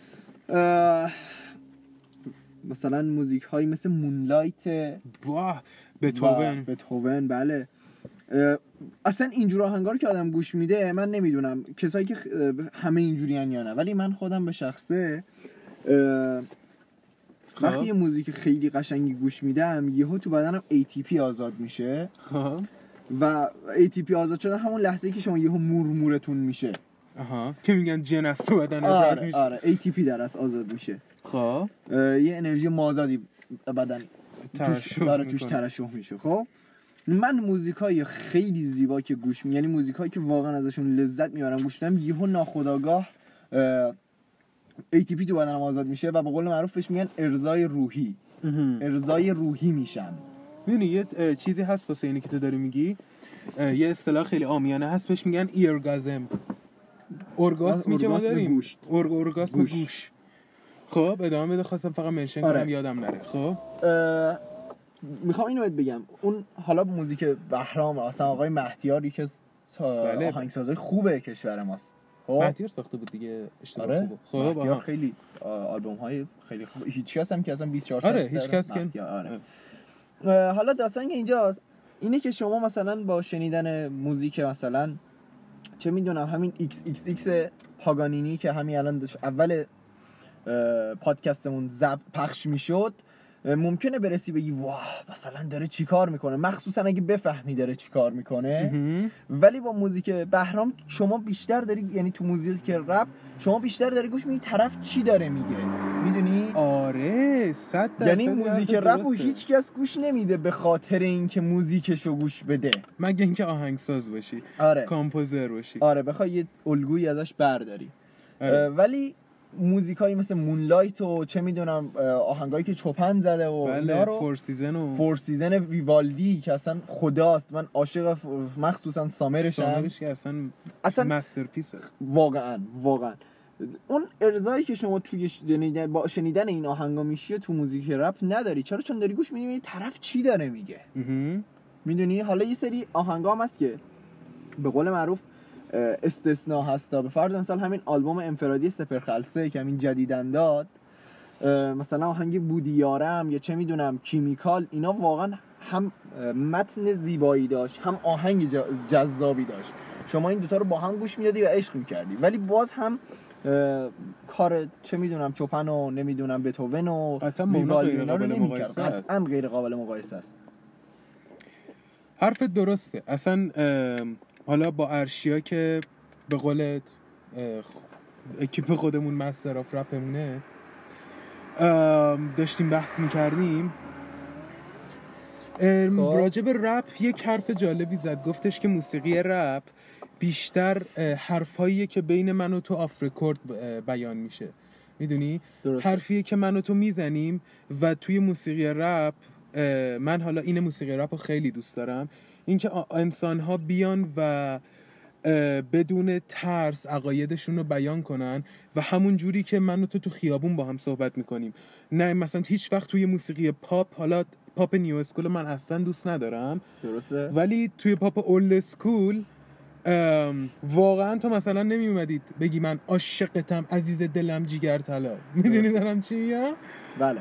مثلا موزیک هایی مثل مونلایت واه بتهوون بتهوون بله اصلا اینجور آهنگا رو که آدم گوش میده، من نمیدونم کسایی که همه اینجوریان یا نه، ولی من خودم به شخصه وقتی یه موزیک خیلی قشنگی گوش میدم یهو تو بدنم ای تی پی آزاد میشه و ای تی پی آزاد شده همون لحظه‌ای که شما یهو مورمورتون میشه. آها که میگن جن از تو بدن آره در میشه. آره ای تی پی درست آزاد میشه. خب یه انرژی مازادی بدن توش داره توش ترشح میشه. خب من موزیکای خیلی زیبا که گوش می یعنی موزیکایی که واقعا ازشون لذت میبرم گوش میدم، یهو ناخودآگاه ای تی پی تو بدنم آزاد میشه و به قول معروف بهش میگن ارضای روحی. ارضای روحی میشم. میدونی یه چیزی هست واسه اینی که تو داری میگی، یه اصطلاح خیلی عامیانه هست بهش میگن ایرگازم. اورگاسمی که ما داریم گوش. اورگ اورگاسم گوش. گوش. خب ادامه بده، خواستم فقط منشن آره. کنم یادم نره. خب میخوام اینو بهت بگم، اون حالا موزیک بهرام اصلا آقای مهدیاری که بله. آهنگسازای خوبه کشور ماست. خب مهدیار ساخته بود دیگه اشتباه آره؟ خوبه. خب مهدیار خیلی آلبوم های خیلی خوب، هیچ کس هم که اصلا بیست و چهار سال آره هیچ کس که آره. حالا داستان که اینجاست اینه که شما مثلا با شنیدن موزیک مثلا چه میدونم همین ایکس ایکس ایکس پاگانینی که همین الان اول پادکستمون زب پخش میشد ممکنه برسی بگی واه مثلا داره چی کار میکنه، مخصوصا اگه بفهمی داره چی کار میکنه. ولی با موزیک بهرام شما بیشتر داری، یعنی تو موزیک رپ شما بیشتر داری گوش میدی طرف چی داره میگه، میدونی؟ آره صد درصد. یعنی موزیک رپ رو هیچ کس گوش نمیده به خاطر اینکه موزیکشو گوش بده، مگه اینکه آهنگساز باشی. آره. کامپوزر باشی. آره بخوای یه الگویی ازش برداری. آره. ولی موزیکایی مثل مونلایت و چه میدونم آهنگایی که چوپن زده و اینا رو فور سیزن و فور سیزن ویوالدی که اصلا خداست، من عاشق مخصوصا سامرشم. سامرش که اصلا اصلا مسترپیسه واقعا واقعا. اون ارضایی که شما توی شنیدن با شنیدن این آهنگا میشی تو موزیک رپ نداری. چرا؟ چون داری گوش میدی طرف چی داره میگه، میدونی؟ حالا یه سری آهنگا هم هست که به قول معروف استثناء هستا. به فرض مثال همین آلبوم انفرادی سپرخلسه که همین جدیدن داد، مثلا آهنگ بودی یارم یا چه میدونم کیمیکال، اینا واقعا هم متن زیبایی داشت هم آهنگ جذابی داشت. شما این دوتا رو با هم گوش میدادی و عشق میکردی، ولی باز هم کار چه میدونم چوپن و نمیدونم بتوون و ویوالدی اینا رو نمیکرد. قطعا غیر قابل مقایسه است. حرفت درسته. اصلا حالا با ارشیا که به قولت اکیپ خودمون مستر آف رپمونه داشتیم بحث میکردیم راجع به رپ، یک حرف جالبی زد. گفتش که موسیقی رپ بیشتر حرفاییه که بین من و تو آف رکورد بیان میشه، میدونی؟ حرفیه که من و تو میزنیم و توی موسیقی رپ من حالا این موسیقی رپ رو خیلی دوست دارم، اینکه انسان ها بیان و بدون ترس عقایدشون رو بیان کنن و همون جوری که من و تو تو خیابون با هم صحبت میکنیم. نه مثلا هیچ وقت توی موسیقی پاپ، حالا پاپ نیو اسکول من اصلا دوست ندارم، درسته، ولی توی پاپ اولد اسکول واقعا تو مثلا نمی اومدید بگی من عاشقتم عزیز دلم جیگر طلا، میدونی دارم چی میگم؟ بله.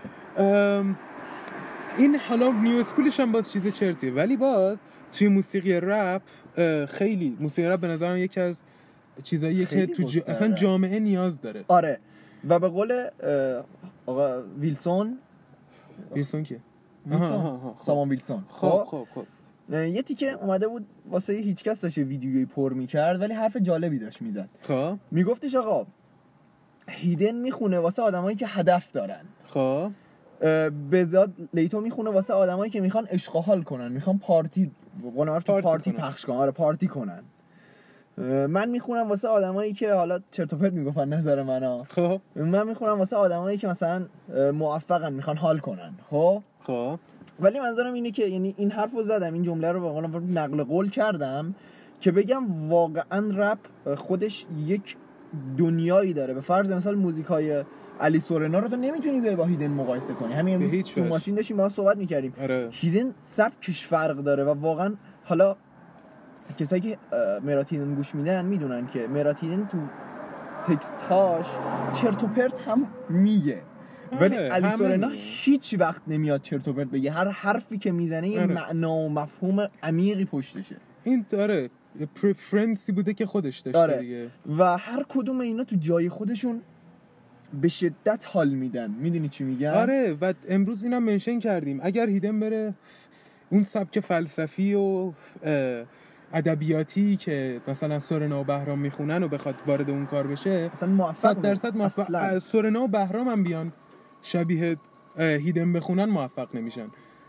این حالا نیو اسکولش هم باز چیز چرتیه، ولی باز توی موسیقی رپ خیلی موسیقی رپ به نظرم یکی از چیزاییه که تو ج... اصلا جامعه نیاز داره. آره و به قول آقا ویلسون ویلسون کیه؟ ویلسون سامان ویلسون. خب خب خب یه تیکه اومده بود واسه هیچ کس داشته ویدیویی پر میکرد ولی حرف جالبی داشت میزد. خب میگفتش آقا هیدن میخونه واسه آدمایی که هدف دارن. خب بزاد لیتو میخونه واسه آدمایی که میخوان عشق و حال کنن، میخوان پارتی قنار تو پارتی پخش کنن، آره پارتی کنن. من میخونم واسه آدمایی که حالا چرت و پرت میگفتن نظر منو. خب من میخونم واسه آدمایی که مثلا موفقن، میخوان حال کنن. خب خب ولی منظورم اینه که یعنی این حرفو زدم، این جمله رو به قول نقل قول کردم که بگم واقعا رپ خودش یک دنیایی داره. به فرض مثال موزیکای علی سورنا رو تو نمیتونی به با هیدن مقایسه کنی. همین امروز تو ماشین داشتیم با هم صحبت میکردیم. آره. هیدن سبکش فرق داره و واقعا حالا کسایی که مرات هیدن گوش میدن میدونن که مرات هیدن تو تکستاش چرت و پرت هم میگه، ولی علی سورنا هیچ وقت نمیاد چرت و پرت بگه. هر حرفی که میزنه یه معنا و مفهوم عمیقی پشتشه. این داره پرفرنسی بوده که خودش داشته آره. دیگه. و هر کدوم اینا تو جای خودشون به شدت حال میدن. میدونی چی میگم؟ آره و امروز اینا منشن کردیم اگر هیدن بره اون سبک فلسفی و ادبیاتی که مثلا سورنا و بهرام میخونن و بخواد وارد اون کار بشه اصلا موفق صد درصد موفق. سورنا و بهرام هم بیان شبیه هیدن بخونن موفق نمیشن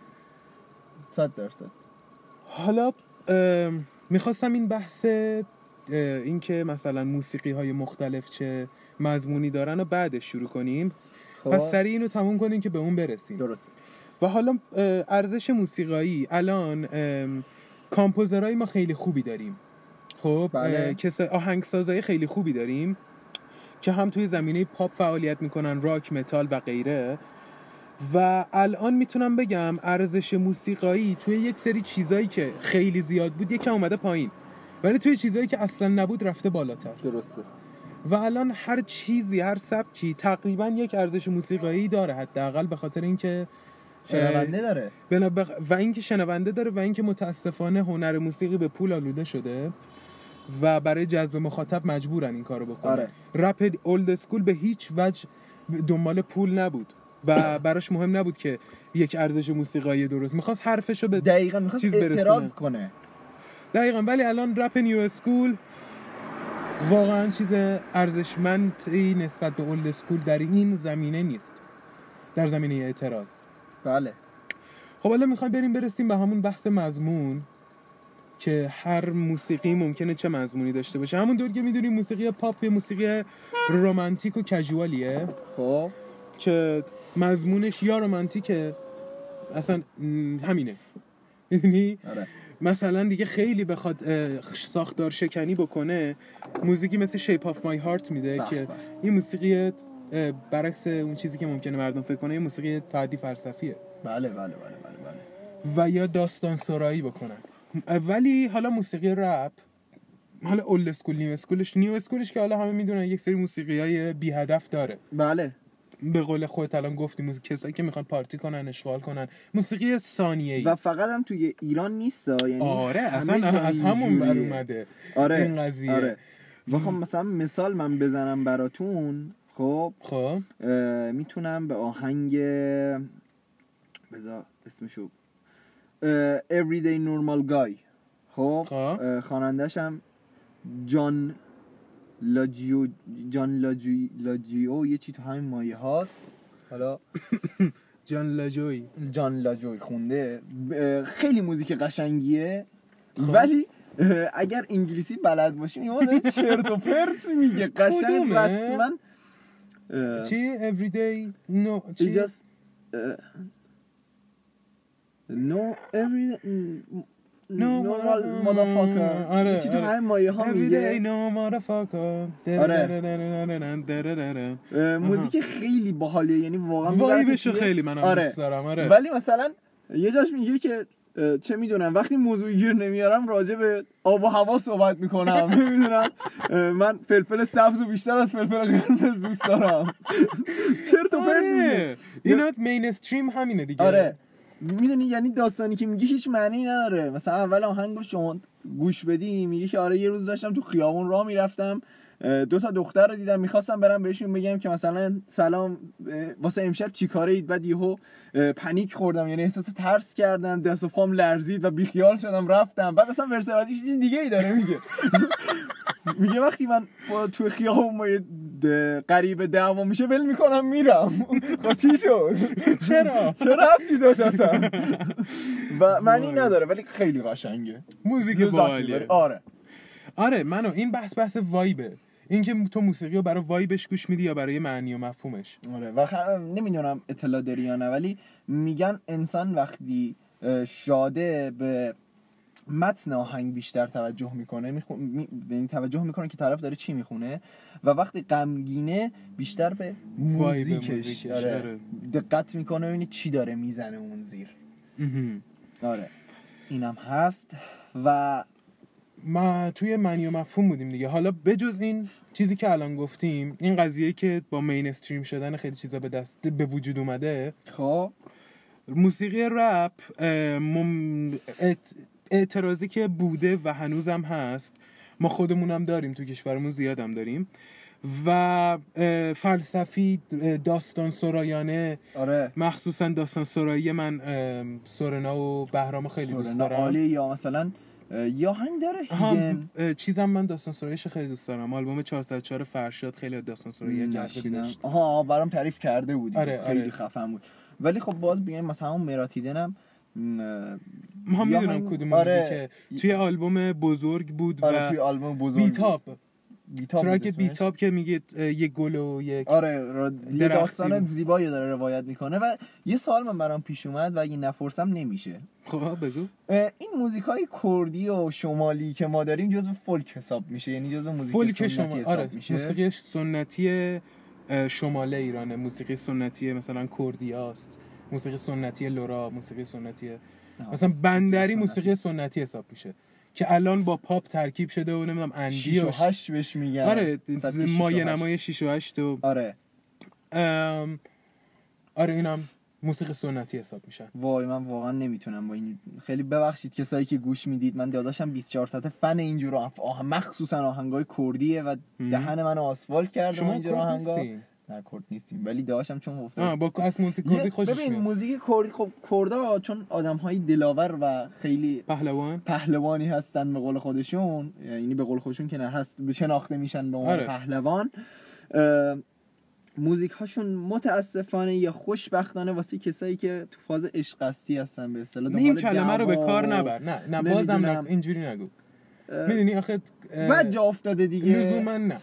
صد درصد. حالا میخواستم این بحث این که مثلا موسیقی های مختلف چه مضمونی دارن و بعدش شروع کنیم. خب. پس سریع اینو تموم کنیم که به اون برسیم. درست. و حالا ارزش موسیقایی الان کامپوزرهای ما خیلی خوبی داریم. خب بله. کسای آهنگسازای خیلی خوبی داریم که هم توی زمینه پاپ فعالیت میکنن، راک، متال و غیره. و الان میتونم بگم ارزش موسیقایی توی یک سری چیزایی که خیلی زیاد بود یکم اومده پایین، ولی توی چیزایی که اصلا نبود رفته بالاتر. درسته. و الان هر چیزی، هر سبکی تقریبا یک ارزش موسیقایی داره، حداقل به خاطر اینکه شنونده داره بخ... و اینکه شنونده داره و اینکه متاسفانه هنر موسیقی به پول آلوده شده و برای جذب مخاطب مجبورن این کارو بکنن. آره. رپ اولد اسکول به هیچ وجه دنبال پول نبود و براش مهم نبود که یک ارزش موسیقایی درست، میخواست حرفشو به دقیقاً میخواست اعتراض کنه. دقیقاً. ولی الان رپ نیو اسکول واقعا چیز ارزشمندی نسبت به اولد اسکول در این زمینه نیست، در زمینه اعتراض. بله. خب حالا میخوایم بریم برسیم به همون بحث مضمون که هر موسیقی ممکنه چه مضمونی داشته باشه. همونطور که میدونیم موسیقی پاپ یه موسیقی رمانتیک و کژوالیه. خب که مضمونش یا رمانتیکه اصلا همینه. یعنی آره. مثلا دیگه خیلی بخواد ساختار شکنی بکنه موزیکی مثل Shape of My Heart میده بح که بح. این موسیقی برعکس اون چیزی که ممکنه مردم فکر کنه، این موسیقی تا حدی فلسفیه. بله بله بله بله بله. و یا داستان سرایی بکنن. ولی حالا موسیقی رپ، حالا اولد اسکول نیو اسکولش نیو اسکولش که حالا همه میدونن یک سری موسیقیای بی هدف داره. بله. به قول خودت الان گفتی موزیک کسایی که میخوان پارتی کنن، اشغال کنن، موسیقی ثانیه‌ای. و فقط هم توی ایران نیستا، یعنی آره اصلا از همون بر اومده آره. این قضیه. آره. و خب مثلا مثال من بزنم براتون. خب خب میتونم به آهنگ بذار اسمشو Everyday Normal Guy، خب خواننده‌ش هم جان لاجیو جان لاجی لاجیو یه چی تو همین مایه هاست. حالا جان لاجوی جان لاجوی خونده. خیلی موزیک قشنگیه ولی اگر انگلیسی بلد باشیم یه مدت چرت و پرت میگه. قشنگ رسما چی everyday no چی just no every No motherfucker. آره. چی تو همه مایه ها میگه. No motherfucker. آره. موزیک خیلی باحالیه، یعنی واقعا وایبشو خیلی منم آره. دوست دارم. آره. ولی مثلا یه جاش میگه که چه میدونم وقتی موضوع گیر نمیارم راجع به آب و هوا صحبت میکنم. نمیدونم من فلفل سبزو بیشتر از فلفل قرمز دوست دارم. چرت و پرت میگه. اینا مینستریم همینه دیگه. آره. میدونی یعنی داستانی که میگه هیچ معنی نداره. مثلا اول آهنگو شما گوش بدی میگه که آره یه روز داشتم تو خیابون راه میرفتم، دو تا دختر رو دیدم، میخواستم برم بهشون بگم که مثلا سلام واسه امشب چی کاره اید، بعد یهو پنیک خوردم، یعنی احساس ترس کردم، دست و پام لرزید و بیخیال شدم رفتم. بعد اصلا ورس بعدیش چیز دیگه ای داره میگه. میگه وقتی من تو خیابون ما قریب دعوا میشه ول میکنم میرم. خب چی شد؟ چرا؟ چرا رفتی داشت اصلا؟ و معنی نداره ولی خیلی قشنگه. موزیک باحالیه. آره. آره منو این بحث بحث وایبه، این که تو موسیقی رو برای وایبش گوش میدی یا برای معنی و مفهومش. آره و خ... نمیدونم اطلاع داری یا نه ولی میگن انسان وقتی شاده به متن آهنگ بیشتر توجه میکنه، میخو... می... به توجه میکنه که طرف داره چی میخونه، و وقتی غمگینه بیشتر به موزیکش آره. دقت میکنه ببینه چی داره میزنه اون زیر. آره اینم هست. و ما توی معنی و مفهوم بودیم دیگه. حالا بجز این چیزی که الان گفتیم، این قضیه که با مینستریم شدن خیلی چیزا به دست به وجود اومده، خب موسیقی رپ مم... ات... اعتراضی که بوده و هنوزم هست، ما خودمونم داریم تو کشورمون، زیادم داریم، و فلسفی، داستان سرایانه. آره مخصوصا داستان سرایی من سورنا و بهرام خیلی دوست دارم. عالی. یا مثلا یا هنگ داره هیدن چیزم من داستان سراییش خیلی دوست دارم. آلبوم چهارصد و چهار فرشاد خیلی داستان سرایی جذابی داشت. آها برام تعریف کرده بودی. آره، خیلی آره. خفن بود. ولی خب باز بیایم مثلا اون مراتیدنم ما میدونم کدوم. آره. که توی آلبوم بزرگ بود. آره و توی آلبوم بزرگ بیتاب بود. تراک بیتاب که میگه یه گل و یک آره یه داستان زیبایی داره روایت میکنه. و یه سوال من برام پیش اومد و اگه نپرسم نمیشه. خب بگو. این موزیکای کردی و شمالی که ما داریم جزو فولک حساب میشه؟ یعنی جزو موزیک فولک سنتی شما... حساب آره. میشه؟ موسیقی سنتی شمال ایرانه، موسیقی سنتی مثلا کردیاست، موسیقی سنتی لورا، موسیقی سنتی مثلا بندری، موسیقی سنتی حساب میشه که الان با پاپ ترکیب شده و نمیدونم اندی شیش و هشت بهش میگن. آره مایه نمای شیش و هشت و آره ام... آره اینم موسیقی سنتی حساب میشن. وای من واقعا نمیتونم با این. خیلی ببخشید کسایی که گوش میدید، من داداشم بیست و چهار ساعت فن اینجور آهنگ، مخصوصا آهنگای کردیه و دهن منو آسفالت کرده اینجور آهنگا. نه کرد نیستیم ولی داداشم چون گفته آه با از موسیقی کردی خوشش میاد. ببین موزیک کردی خب کردا چون آدم‌های دلاور و خیلی پهلوان پهلوانی هستن به قول خودشون، یعنی به قول خودشون که نه هست شناخته میشن به عنوان آره. پهلوان. موزیک هاشون متاسفانه یا خوشبختانه واسه کسایی که تو فاز عشق قصدی هستن به اصطلاح این کلمه رو به کار نبر. نه نه بازم نگ... اینجوری نگو. میدونی آخه بعد جا افتاده دیگه لزوما نه.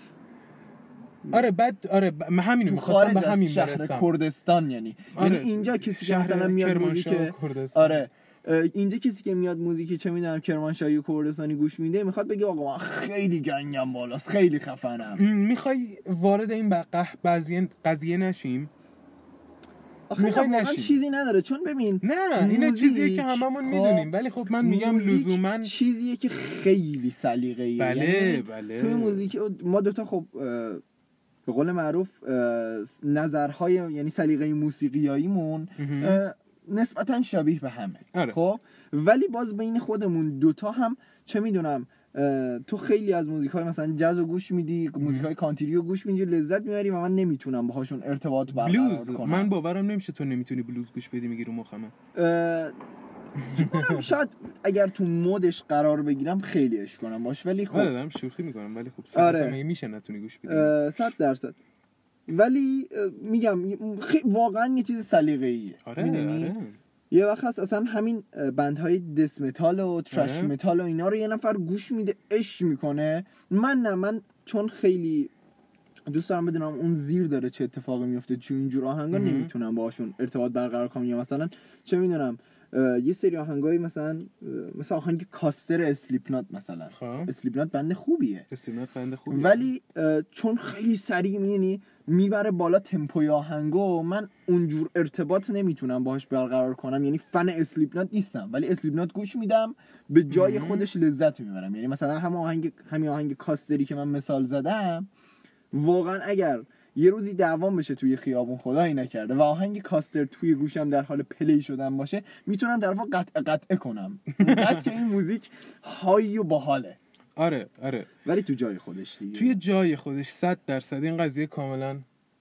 آره بعد آره ب... همین می‌خواستم به همین شهر کردستان یعنی آره. یعنی اینجا کسی که مثلا میاد موزیک آره اینجا کسی که میاد موزیک چه میدونم کرمانشاهی و کردستانی گوش میده میخواد بگه آقا من خیلی گنگم بالاست، خیلی خفنم. میخوای وارد این بقه قضیه قضیه نشیم؟ میخوای نشیم چیزی نداره چون ببین نه اینا چیزیه که هممون میدونیم ولی خب من میگم لزوما چیزیه که خیلی سلیقه‌ایه. بله یعنی بله توی موزیک ما دوتا خب به قول معروف نظرهای یعنی سلیقه موسیقیاییمون نسبتاً شبیه به همه. آره. خب ولی باز بین خودمون دوتا هم چه میدونم تو خیلی از موزیکای مثلا جاز رو گوش میدی، موزیکای کانتری رو گوش میدی، لذت میبری و من نمیتونم باهاشون ارتباط برقرار کنم. من باورم نمیشه تو نمیتونی بلوز گوش بدی، میگی رو مخمه. منم شاید اگر تو مودش قرار بگیرم خیلی عشق کنم باش، ولی خب آره دارم شوخی میکنم ولی خب صد آره. میشه نتونی گوش بدی صد درصد. ولی میگم واقعا یه چیز سلیقه‌ایه. آره آره. یه وقت هست اصلا همین بندهای دس متال و ترش آره. متال و اینا رو یه نفر گوش میده عشق میکنه. من نه من چون خیلی دوست دارم بدونم اون زیر داره چه اتفاقی میفته چون اینجور آهنگا نمیتونم باهاشون ارتباط برقرار کنم. یا مثلا چه میدونم یه سری آهنگایی مثلا مثلا آهنگ کاستر اسلیپ نات مثلا خواه. اسلیپ نات بند خوبیه، اسلیپ نات بند خوبیه ولی چون خیلی سریع میینی میبره بالا تمپوی آهنگو، من اونجور ارتباط نمیتونم باهاش برقرار کنم. یعنی فن اسلیپ نات نیستم ولی اسلیپ نات گوش میدم به جای خودش لذت میبرم. یعنی مثلا هم آهنگ همین آهنگ کاستری که من مثال زدم واقعا اگر یه روزی دعوام بشه توی خیابون خدایی نکرده و آهنگ کاستر توی گوشم در حال پلی شدن باشه، میتونم در واقع قطع قطعه کنم اونقدر که این موزیک هایی و باحاله. آره آره ولی تو جای خودش دیگه توی جای خودش صد درصد این قضیه کاملا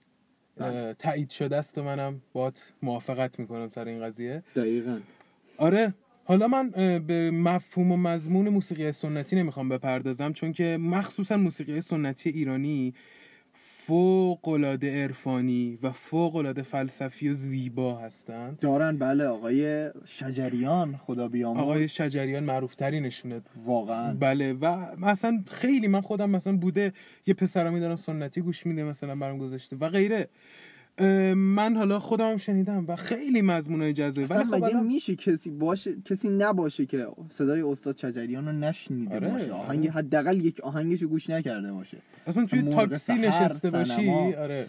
تایید شده است و منم باهات موافقت میکنم سر این قضیه. دقیقاً آره. حالا من به مفهوم و مضمون موسیقی سنتی نمیخوام بپردازم چون که مخصوصا موسیقی سنتی ایرانی فوق‌العاده عرفانی و فوق‌العاده فلسفی و زیبا هستند. دارن بله آقای شجریان خدا بیامرز، آقای شجریان معروف ترینشونه واقعا. بله و مثلا خیلی من خودم مثلا بوده یه پسرمی دارم سنتی گوش میده مثلا برام گذاشته و غیره. من حالا خودم شنیدم و خیلی مضمونای جذابه. ولی خب مگه میشه کسی باشه کسی نباشه که صدای استاد شجریان رو نشنیده آره، باشه، آهنگ حداقل یک آهنگشو گوش نکرده باشه، اصلا توی تاکسی نشسته باشی. آره.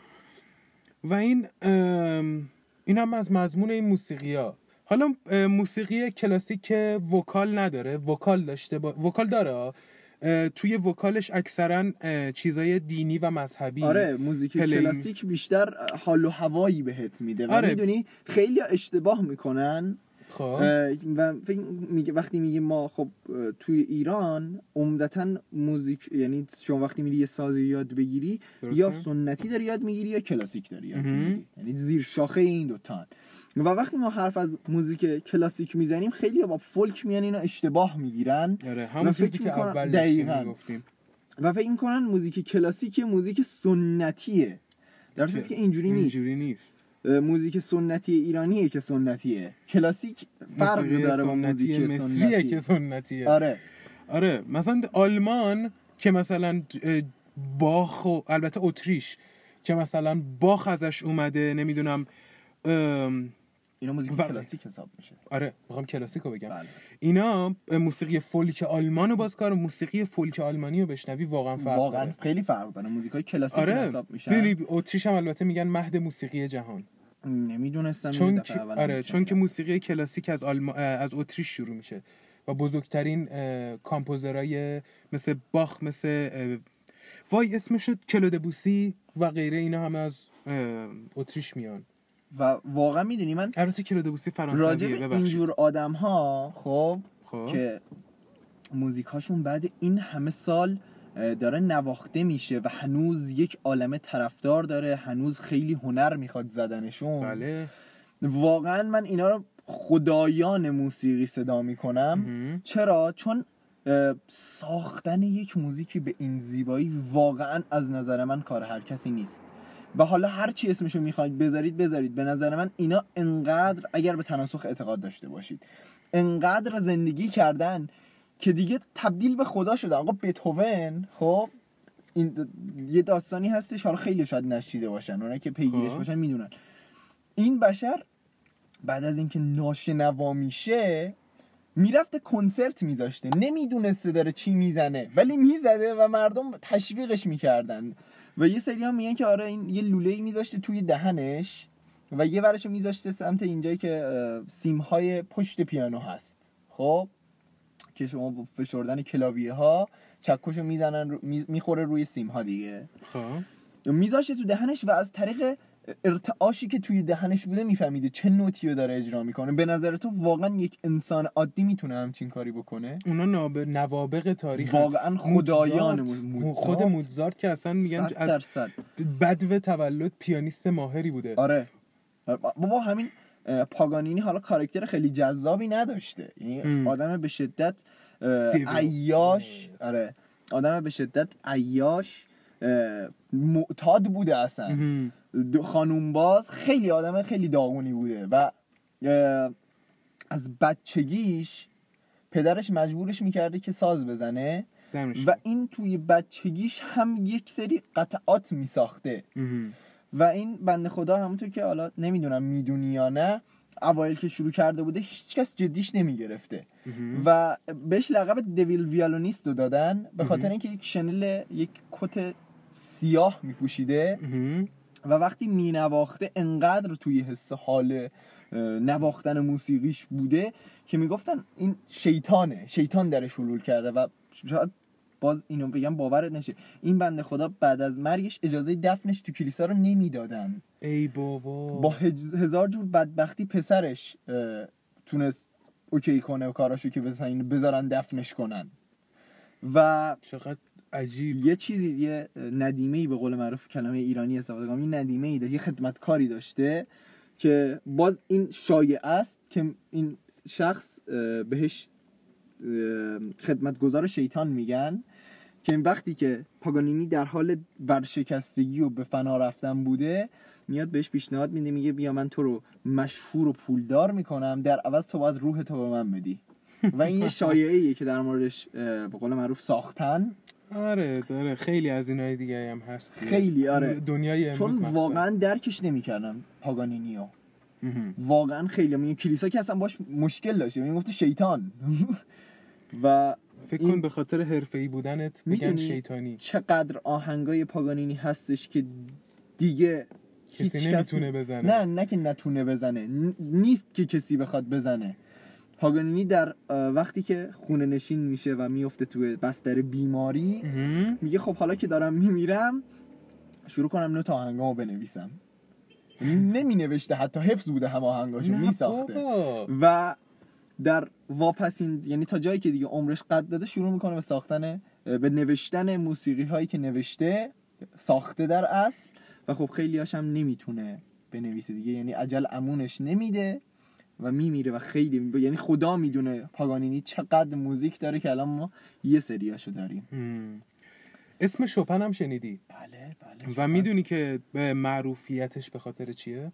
و این این هم از مضمون این موسیقی‌ها. حالا موسیقی کلاسیک که وکال نداره، وکال داشته با... وکال داره توی وکالش اکثرا چیزای دینی و مذهبی. آره موزیک پلی... کلاسیک بیشتر حال و هوایی بهت میده و آره. میدونی خیلی اشتباه میکنن خب و فکر میگه وقتی میگه ما خب توی ایران عمدتاً موزیک، یعنی شما وقتی میری یه سازی یاد بگیری درسته؟ یا سنتی داری یاد میگیری یا کلاسیک داری یاد میگیری، یعنی زیر شاخه این دوتان. و وقتی ما حرف از موزیک کلاسیک میزنیم خیلی با فولک میان اینو اشتباه میگیرن. آره همون چیزی که اول دقیقاً گفتیم و فکر میکنن موزیک کلاسیک موزیک سنتیه، در صورتی که اینجوری نیست. اینجوری نیست. موزیک سنتی ایرانیه که سنتیه، کلاسیک فرق داره با موزیک مصریه که سنتیه. آره آره مثلا آلمان که مثلا باخ و البته اتریش که مثلا باخ ازش اومده، نمیدونم اینا موزیک و... کلاسیک حساب میشه. آره میخوام کلاسیکو بگم. بله. اینا موسیقی فولک آلمانو باز کار موسیقی فولک آلمانی رو بشنوی واقعا فرق واقعا داره. خیلی فرق داره. موزیکای کلاسیک آره. حساب میشن. ببین اتریش هم البته میگن مهد موسیقی جهان. نمیدونستم چون این دفعه که... اول. آره چون که موسیقی کلاسیک از آلما... از اتریش شروع میشه و بزرگترین کامپوزرای مثل باخ، مثل وای اسمش کلود بوسی و غیره، اینا همه از اتریش میان. و واقعا میدونی من البته کلود بوسی فرانسویه، ببخشید اینجور آدم‌ها خب, خب که موزیکاشون بعد این همه سال داره نواخته میشه و هنوز یک عالمه طرفدار داره، هنوز خیلی هنر میخواد زدنشون. بله واقعا من اینا رو خدایان موسیقی صدا میکنم. چرا؟ چون ساختن یک موزیکی به این زیبایی واقعا از نظر من کار هر کسی نیست و حالا هر چی اسمشو میخواید بذارید بذارید، به نظر من اینا انقدر، اگر به تناسخ اعتقاد داشته باشید، انقدر زندگی کردن که دیگه تبدیل به خدا شدن. آقا بتهوون خب این یه داستانی هستش، حالا خیلی شاید نشیده باشن، اونایی که پیگیرش باشن میدونن. این بشر بعد از اینکه ناشنوا میشه میرفته کنسرت میذاشته، نمیدونسته داره چی میزنه ولی میزده و مردم تشویقش میکردن. و یه سری هم میگن که آره این یه لوله‌ای میذاشته توی دهنش و یه ورشو میذاشته سمت اینجایی که سیم‌های پشت پیانو هست، خب که شما با فشردن کلاویه ها چکشو میزنن رو... میخوره روی سیم‌ها دیگه. خب میذاشته تو دهنش و از طریق ارتعاشی که توی دهنش بوده میفهمیده چه نوتی رو داره اجرا میکنه. به نظر تو واقعا یک انسان عادی میتونه همچین کاری بکنه؟ اونا ناب... نوابغ تاریخ واقعا خدایان موزارت. خود موزارت که اصلا میگن از بدو تولد پیانیست ماهری بوده. آره بابا همین پاگانینی حالا کاراکتر خیلی جذابی نداشته، یعنی آدم به شدت عیاش، آره آدم به شدت عیاش معتاد بوده اصلا، خانوم باز، خیلی آدم خیلی داغونی بوده و از بچگیش پدرش مجبورش میکرده که ساز بزنه و این توی بچگیش هم یک سری قطعات میساخته و این بنده خدا همونطور که حالا نمیدونم میدونی یا نه اوایل که شروع کرده بوده هیچ کس جدیش نمیگرفته و بهش لقب دویل ویالونیست رو دادن به خاطر اینکه یک شنل یک کت سیاه میپوشیده و وقتی مینواخته انقدر توی حس حال نواختن موسیقیش بوده که میگفتن این شیطانه، شیطان درش حلول کرده و شاید باز اینو بگم باورت نشه این بنده خدا بعد از مرگش اجازه دفنش تو کلیسا رو نمیدادن. ای بابا با هزار جور بدبختی پسرش تونست اوکی کنه و کاراشو که بذارن دفنش کنن. و چقدر عجیب. یه چیزی، یه ندیمه‌ای به قول معروف کلمه ایرانی استفاده کنم، این ندیمه‌ای داشته، یه خدمتکاری داشته که باز این شایعه است که این شخص بهش خدمتگزار شیطان میگن که این وقتی که پاگانینی در حال ورشکستگی و به فنا رفتن بوده میاد بهش پیشنهاد میده، میگه بیا من تو رو مشهور و پولدار میکنم، در عوض تو باید روح تو به من بدی. و این یه شایعه‌ایه که در موردش به قول معروف ساختن. آره داره خیلی از اینای دیگه هم هست، خیلی آره دنیای امروز چون مخصوص. واقعا درکش نمی‌کردم پاگانینیو، واقعا خیلی میگه کلیسا که اصلا باش مشکل داشته، میگفت شیطان و فکر کن به خاطر حرفه‌ای بودنت میگن شیطانی. چقدر آهنگای پاگانینی هستش که دیگه کسی نمیتونه بزنه. نه نه که نتونه بزنه، نیست که کسی بخواد بزنه. پاگانینی در وقتی که خونه نشین میشه و میفته توی بستر بیماری میگه خب حالا که دارم میمیرم شروع کنم نوت آهنگامو بنویسم نمی نوشته، حتی حفظ بوده هماهنگاشو نه می ساخته بابا. و در واپسین یعنی تا جایی که دیگه عمرش قد داده شروع میکنه به ساختن به نوشتن موسیقی هایی که نوشته ساخته در اصل و خب خیلی هاش هم نمیتونه بنویسه دیگه، یعنی اجل امونش نمیده و میمیره و خیلی یعنی خدا میدونه پاگانینی چقدر موزیک داره که الان ما یه سریاشو داریم. هم. اسم شوپن هم شنیدی؟ بله بله. و میدونی که به معروفیتش به خاطر چیه؟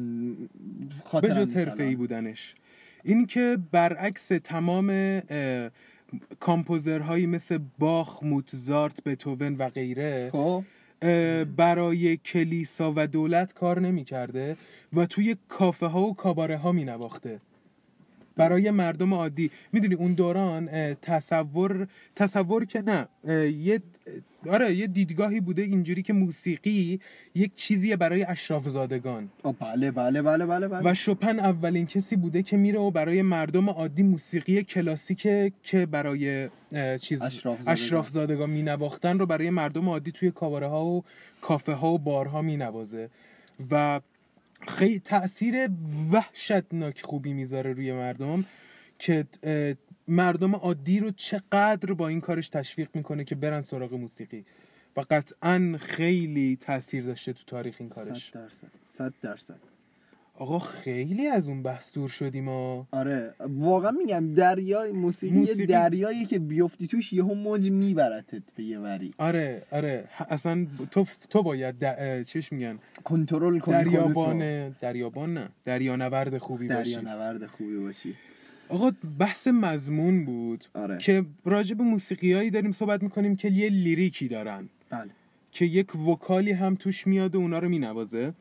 خاطر به جز حرفه‌ای بودنش، این که برعکس تمام کامپوزرهایی مثل باخ، موتزارت، بتوون و غیره خب برای کلیسا و دولت کار نمی کرده و توی کافه ها و کاباره ها می نواخته برای مردم عادی. میدونی اون دوران تصور تصور که نه یه آره یه دیدگاهی بوده اینجوری که موسیقی یک چیزیه برای اشراف زادگان. بله بله بله بله بله. و شوپن اولین کسی بوده که میره و برای مردم عادی موسیقی کلاسیک که برای چیز اشراف زادگان, اشراف زادگان می نواختن رو برای مردم عادی توی کاباره ها و کافه ها و بارها می نوازه و خیلی تأثیر وحشتناک خوبی میذاره روی مردم که مردم عادی رو چقدر با این کارش تشویق میکنه که برن سراغ موسیقی و قطعا خیلی تأثیر داشته تو تاریخ این کارش. صد درصد صد درصد. آقا خیلی از اون بحث دور شدیم ها. آره واقعا میگم دریای موسیقی, موسیقی... یه دریایی که بیفتی توش یهو موج میبرتت به یه وری. آره آره اصلا تو تو باید د... چیش میگن کنترل کنی دریابان دریابان نه دریانورد خوبی باشی. دریانورد خوبی باشی. آقا بحث مضمون بود. آره. که راجع به موسیقیایی داریم صحبت میکنیم که یه لیریکی دارن. بله. که یک وکالی هم توش میاد و اونا رو مینوازه،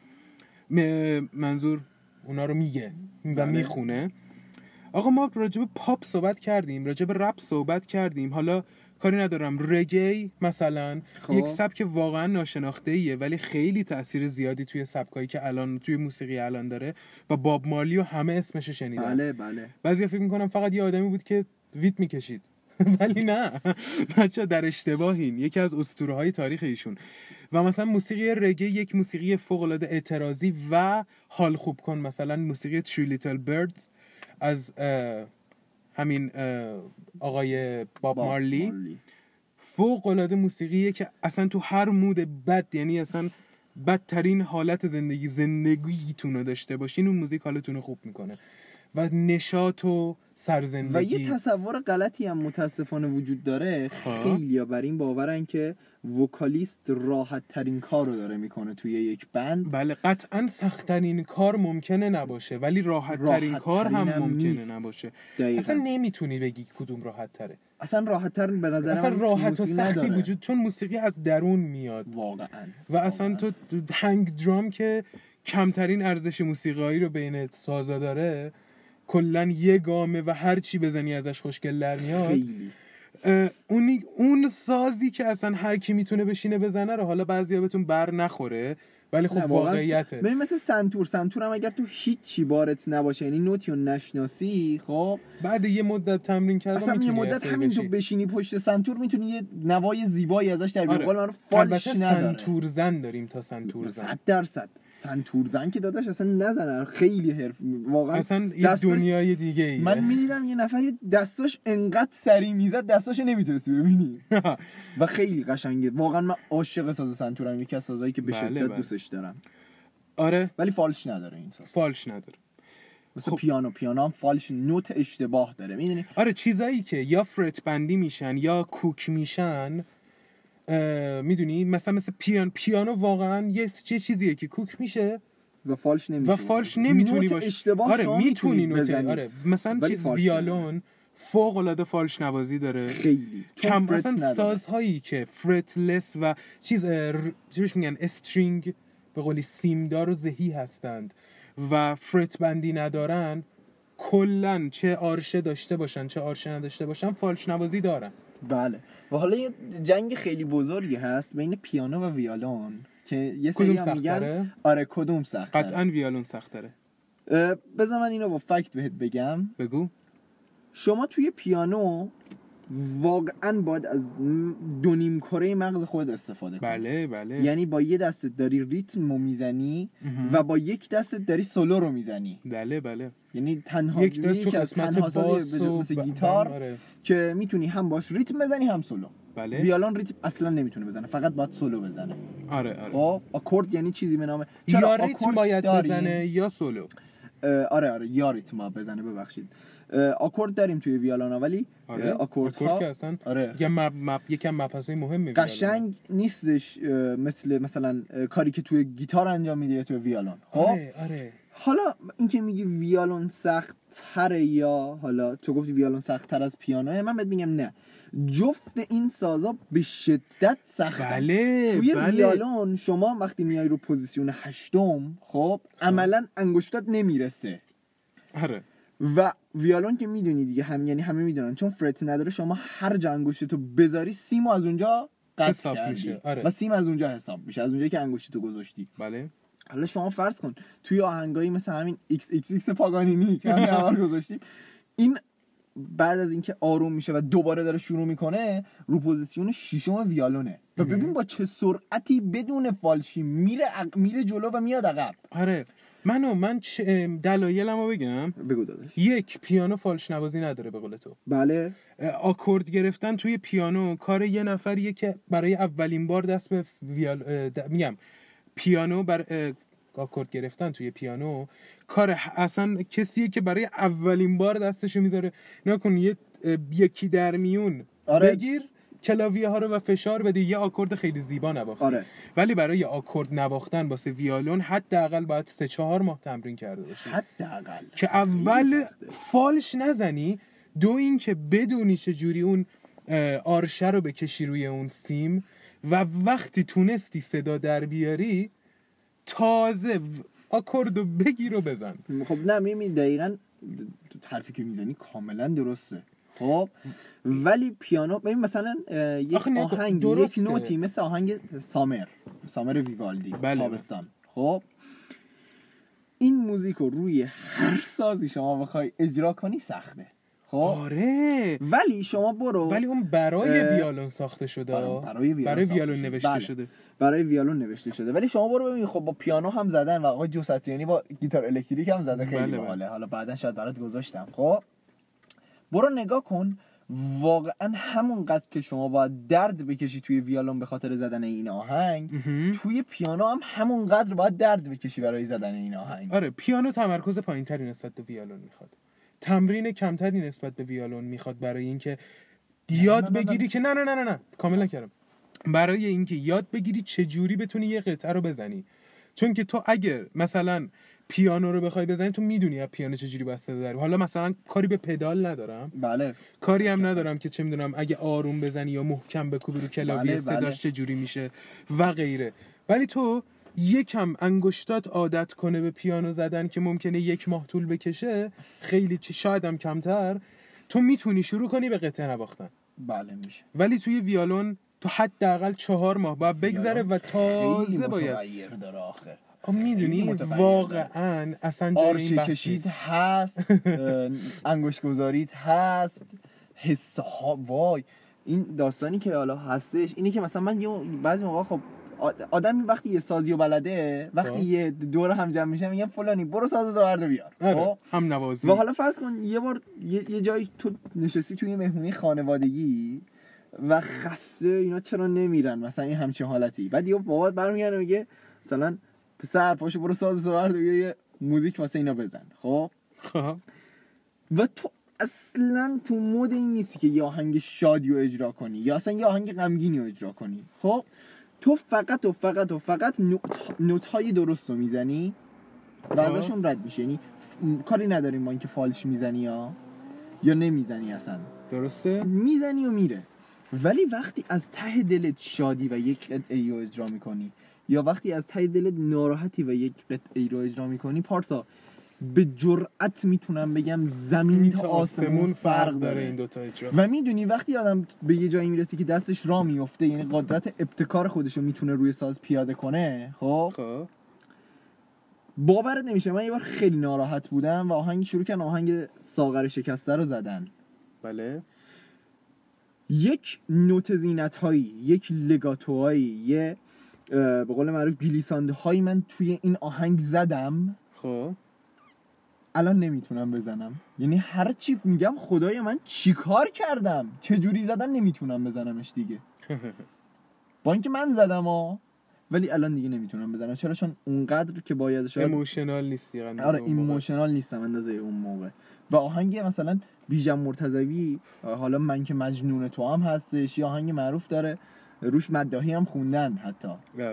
منظور اونا رو میگه و بله. میخونه. آقا ما راجع به پاپ صحبت کردیم، راجع به رپ صحبت کردیم، حالا کاری ندارم رگی مثلا خب. یک سبک واقعا ناشناخته ایه ولی خیلی تأثیر زیادی توی سبکایی که الان توی موسیقی الان داره و باب مارلی و همه اسمش شنیدن. بله بله. بعضیا فکر میکنم فقط یه آدمی بود که ویت میکشید ولی نه بچه در اشتباهین، یکی از اسطوره‌های تاریخ ایشون. و مثلا موسیقی رگی یک موسیقی فوق‌العاده اعتراضی و حال خوب کن، مثلا موسیقی Three Little Birds از همین آقای باب, باب مارلی, مارلی. فوق‌العاده موسیقیه که اصلا تو هر مود بد، یعنی اصلا بدترین حالت زندگی زندگیتون رو داشته باشین اون موزیک حالتون رو خوب میکنه و نشاط و سرزندگی. و یه تصور غلطی هم متاسفانه وجود داره، خیلی‌ها بر این باورن که وکالیست راحت ترین کار رو داره میکنه توی یک بند. بله قطعا سخت ترین کار ممکنه نباشه ولی راحت ترین کار هم ممکنه نیست. نباشه دقیقا. اصلا نمیتونی بگی کدوم راحت تره، اصلا راحت تر به نظر اصلا من راحت و سختی نداره. وجود، چون موسیقی از درون میاد واقعا و اصلا تو هنگ درام که کمترین ارزش موسیقایی رو بین سازا داره کلن یه گامه و هر چی بزنی ازش خوشگل در میاد. خیلی اون اون سازی که اصلا هر کی میتونه بشینه بزنه رو، حالا بعضیا بهتون بر نخوره ولی خب واقعیته. ببین مثل سنتور سنتور هم اگر تو هیچی بارت نباشه، یعنی نوتی و نشناسی، خب بعد یه مدت تمرین کردن اصلا یه مدت همین تو بشینی پشت سنتور میتونی یه نوای زیبایی ازش در بیاری. آره. فالش نداره. سنتور زن داریم تا سنتور زن صد درصد سنتور زن که داداش اصلا نزنن، خیلی حرف واقعا اصلا یه دست... دنیای دیگه ایه. من میدیدم یه نفر دستاش انقدر سری میزد دستاشو نمیتونستی ببینی و خیلی قشنگه واقعا. من عاشق ساز سنتورم، یکی از سازایی که به شدت بله بله. دوستش دارم. آره ولی فالش نداره این ساز، فالش نداره. مثل خب. پیانو پیانو هم فالش نوت اشتباه داره میدونی. آره چیزایی که یا فرت بندی میشن یا کوک میشن میدونی، مثلا مثل پیان پیانو واقعا یه چیزیه که کوک میشه و فالش نمیشه و فالش نمیتونی باشه. آره میتونی نوت آره مثلا چیز ویالون فوق العاده فالش نوازی داره خیلی، کم مثلا سازهایی که فرتلس و چیز چیش میگن استرینگ به قولی سیمدار و زهی هستند و فرت بندی ندارن، کلن چه آرشه داشته باشن چه آرشه نداشته باشن فالش نوازی دارن. بله. و حالا یه جنگ خیلی بزرگی هست بین پیانو و ویولون که یه سری هم میگن آره کدوم سخت‌تره. قطعاً ویولون سخت‌تره. بذار من اینو با فکت بهت بگم. بگو. شما توی پیانو واقعا باید از دو نیم کره مغز خود استفاده کنی. بله بله. یعنی با یه دستت داری ریتم رو میزنی و با یک دستت داری سولو رو میزنی. بله بله. یعنی تنها یک دست تو قسمت باس و مثل گیتار آره. که میتونی هم باش ریتم بزنی هم سولو. بله. ویولون ریتم اصلا نمیتونه بزنه، فقط باید سولو بزنه. آره آره. خب آکورد یعنی چیزی به نام یا ریتم باید بزنه یا سولو. آره آره یا ریتم بزنه. ببخشید آکورد داریم توی ویولون، ولی آره. آکورد ها که اصلا آره. یه مپ مپ یکم مبحثای مهمه قشنگ نیستش مثل مثلا کاری که توی گیتار انجام میده یا توی ویولون. خب آره آره. حالا اینکه میگی ویولون سخت تره یا حالا تو گفتی ویولون سخت تر از پیانوه، من بهت میگم نه، جفت این سازا به شدت سخته. بله توی بله. ویولون شما وقتی میای رو پوزیشن هشتم خب عملا انگشتات نمیرسه. آره. و ویولون که میدونی دیگه، هم یعنی همه میدونن چون فرت نداره، شما هر جا انگشتتو بذاری سیم از اونجا قطع کردی میشه. آره. و سیم از اونجا حساب میشه، از اونجایی که انگشتتو گذاشتی. بله. حالا شما فرض کن توی آهنگایی مثل همین ایکس ایکس ایکس پاگانینی که همین اول گذاشتیم، این بعد از اینکه آروم میشه و دوباره داره شروع میکنه رو پوزیشن ششم ویولونه و ببین با چه سرعتی بدون فالشی میره اق... میره جلو و میاد عقب. آره. منو من چ... دلایلمو بگم. بگو داداش. یک، پیانو فالش نوازی نداره به قول تو. بله. آکورد گرفتن توی پیانو کار یه نفریه که برای اولین بار دست به ویال د... میگم پیانو بر آکورد گرفتن توی پیانو کار اصلا کسیه که برای اولین بار دستشو میذاره. نکن یه یکی در میون آره. بگیر کلاویه ها رو و فشار بده، یه آکورد خیلی زیبا نواختی. آره. ولی برای آکورد نواختن واسه ویولون حداقل باید سه چهار ماه تمرین کرده باشی، حداقل که اول فالش نزنی، دو این که بدونی چجوری اون آرشه رو بکشی روی اون سیم و وقتی تونستی صدا در بیاری تازه آکوردو بگیر و بزن. خب نه میمی دقیقاً حرفی که میزنی کاملا درسته. خب ولی پیانو ببین مثلا یک آهنگ یک نوتی مثل آهنگ سامر سامر ویوالدی بله. تابستان، خب این موزیکو روی هر سازی شما بخوای اجرا کنی سخته. خب آره. ولی شما برو ولی اون برای ویولون ساخته شده. برای ویولون, برای ویولون نوشته بله. شده. برای ویولون نوشته شده. ولی شما برو ببین خب با پیانو هم زدن و آقای جو ساتیانی با گیتار الکتریک هم زده، خیلی بله باحاله. حالا بعدن شاید برات گذاشتم. خب برو نگاه کن، واقعا همونقدر که شما باید درد بکشی توی ویولون به خاطر زدن این آهنگ، توی پیانو هم همونقدر باید درد بکشی برای زدن این آهنگ. آره پیانو تمرکز پایین‌تری نسبت به ویولون میخواد، تمرین کمتری نسبت به ویولون میخواد برای اینکه یاد نه نه بگیری نه. که نه نه نه نه نه کاملا کردم برای اینکه یاد بگیری چه جوری بتونی یه قطعه رو بزنی. چون که تو اگر مثلا پیانو رو بخوای بزنی تو میدونی پیانو چه جوری بسته داره. حالا مثلا کاری به پدال ندارم، بله کاری هم ندارم که چه میدونم اگه آروم بزنی یا محکم بکوبی رو کلاویه بله، صداش بله. چه جوری میشه و غیره. ولی تو یکم انگشتات عادت کنه به پیانو زدن که ممکنه یک ماه طول بکشه، خیلی شاید هم کمتر، تو میتونی شروع کنی به قطعه نواختن. بله میشه. ولی توی ویولون تو حداقل چهار ماه باید بگذره و تازه باید متغیر داره آخر. میدونی واقعا اصلا آرشه کشید هست، انگشت گذارید هست، حس ها. وای این داستانی که حالا هستش اینی که مثلا من یه بعضی موقع خب آدم وقتی یه سازیو بلده، وقتی آه. یه دور هم جمع میشه میگم فلانی برو سازو برد و بیار. آره. هم نوازی. و حالا فرض کن یه بار یه, یه جایی تو نشستی توی مهمونی خانوادگی و خسته اینا چرا نمیرن مثلا این همچین حالتی، بعد یه بابات برمیگرده میگه مثلا پسر پاشو برو سازو برد و بیار یه موزیک واسه اینا بزن. خب خب و تو اصلا تو مود این نیستی که یه آهنگ شادی رو اجرا کنی یا اصلا یه آهنگ غمگینی رو اجرا کنی. خب تو فقط و فقط و فقط نوت های درست رو میزنی و ازشون رد میشه، یعنی کاری نداریم با اینکه فالش میزنی یا یا نمیزنی، اصلا درسته میزنی و میره. ولی وقتی از ته دلت شادی و یک قطعه رو اجرا میکنی یا وقتی از ته دلت ناراحتی و یک قطعه رو اجرا میکنی، پارسا به جرأت میتونم بگم زمین تا آسمون فرق داره این دوتا اجرا. و میدونی وقتی آدم به یه جایی میرسه که دستش راه میفته، یعنی قدرت ابتکار خودشو میتونه روی ساز پیاده کنه، خب خب باورت نمیشه. من یه بار خیلی ناراحت بودم و آهنگ شروع کردم، آهنگ ساغر شکسته رو زدن. بله یک نوت زینت هایی، یک لگاتو هایی، یه به قول معروف گلیسانده هایی من توی این آهنگ زدم، خب الان نمیتونم بزنم. یعنی هر چی میگم خدای من چیکار کردم، چه جوری زدم نمیتونم بزنمش دیگه. با اینکه من زدم ها، ولی الان دیگه نمیتونم بزنم. چرا؟ چون اونقدر که باید شاید ایموشنال نیستی. آره ایموشنال نیستم اندازه اون موقع. و آهنگ مثلا بیژن مرتضوی، حالا من که مجنون تو هم هستش، یا آهنگ معروف داره روش مداحی هم خوندن، حتی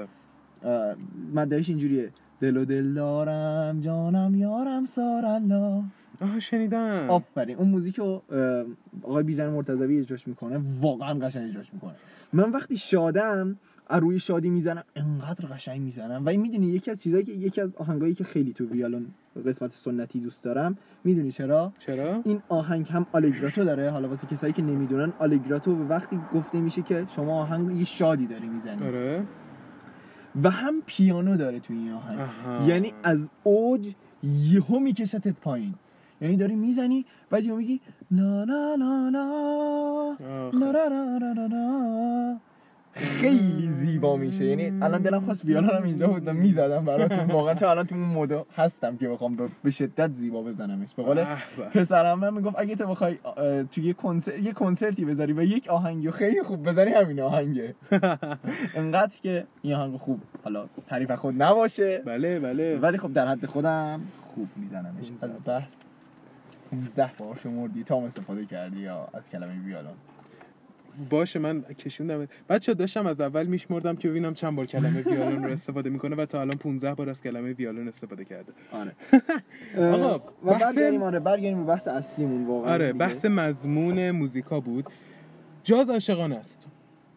مداحیش اینجوریه: دل و دل دارم جانم یارم سارالله. آها شنیدم. آفرین. اون موزیکو آقای بیژن مرتضوی اجراش میکنه، واقعا قشنگ اجراش میکنه. من وقتی شادم روی شادی میزنم انقدر قشنگ میزنم. و این میدونی یکی از چیزایی که یکی از آهنگایی که خیلی تو ویولون قسمت سنتی دوست دارم، میدونی چرا؟ چرا؟ این آهنگ هم آلگراتو داره. حالا واسه کسایی که نمیدونن، آلگراتو به وقتی گفته میشه که شما آهنگ یه شادی داری میزنی. آره. و هم پیانو داره تو این آهنگ. اها. یعنی از اوج یهو میکشتت پایین. یعنی داری میزنی بعد یهو میگی لا لا لا لا لا لا لا لا لا. خیلی زیبا میشه. یعنی الان دلم خواست ویولونم اینجا بود و میزدم براتون واقعا، چون الان تو اون مود هستم که بخوام به شدت زیبا بزنمش. به قول پسرم من میگفت اگه تو بخوای تو یه کنسرت یه کنسرتی بذاری و یک آهنگو خیلی خوب بزنی همین آهنگه. انقدر که این آهنگ خوب، حالا تعریف خود نباشه، بله بله، ولی خب در حد خودم خوب میزنمش. از بحث پانزده بار شمردی تا استفاده کردی یا از کلمه ویولون؟ باشه من کشوندم. بچه داشتم از اول میشمردم که ببینم چند بار کلمه ویولون رو استفاده میکنه و تا الان پانزده بار از کلمه ویولون استفاده کرده. آره. آقا و برگردیم آره برگردیم به بحث اصلیمون واقعا. آره دیگه. بحث مضمون موزیکا بود. جاز عاشقانه است.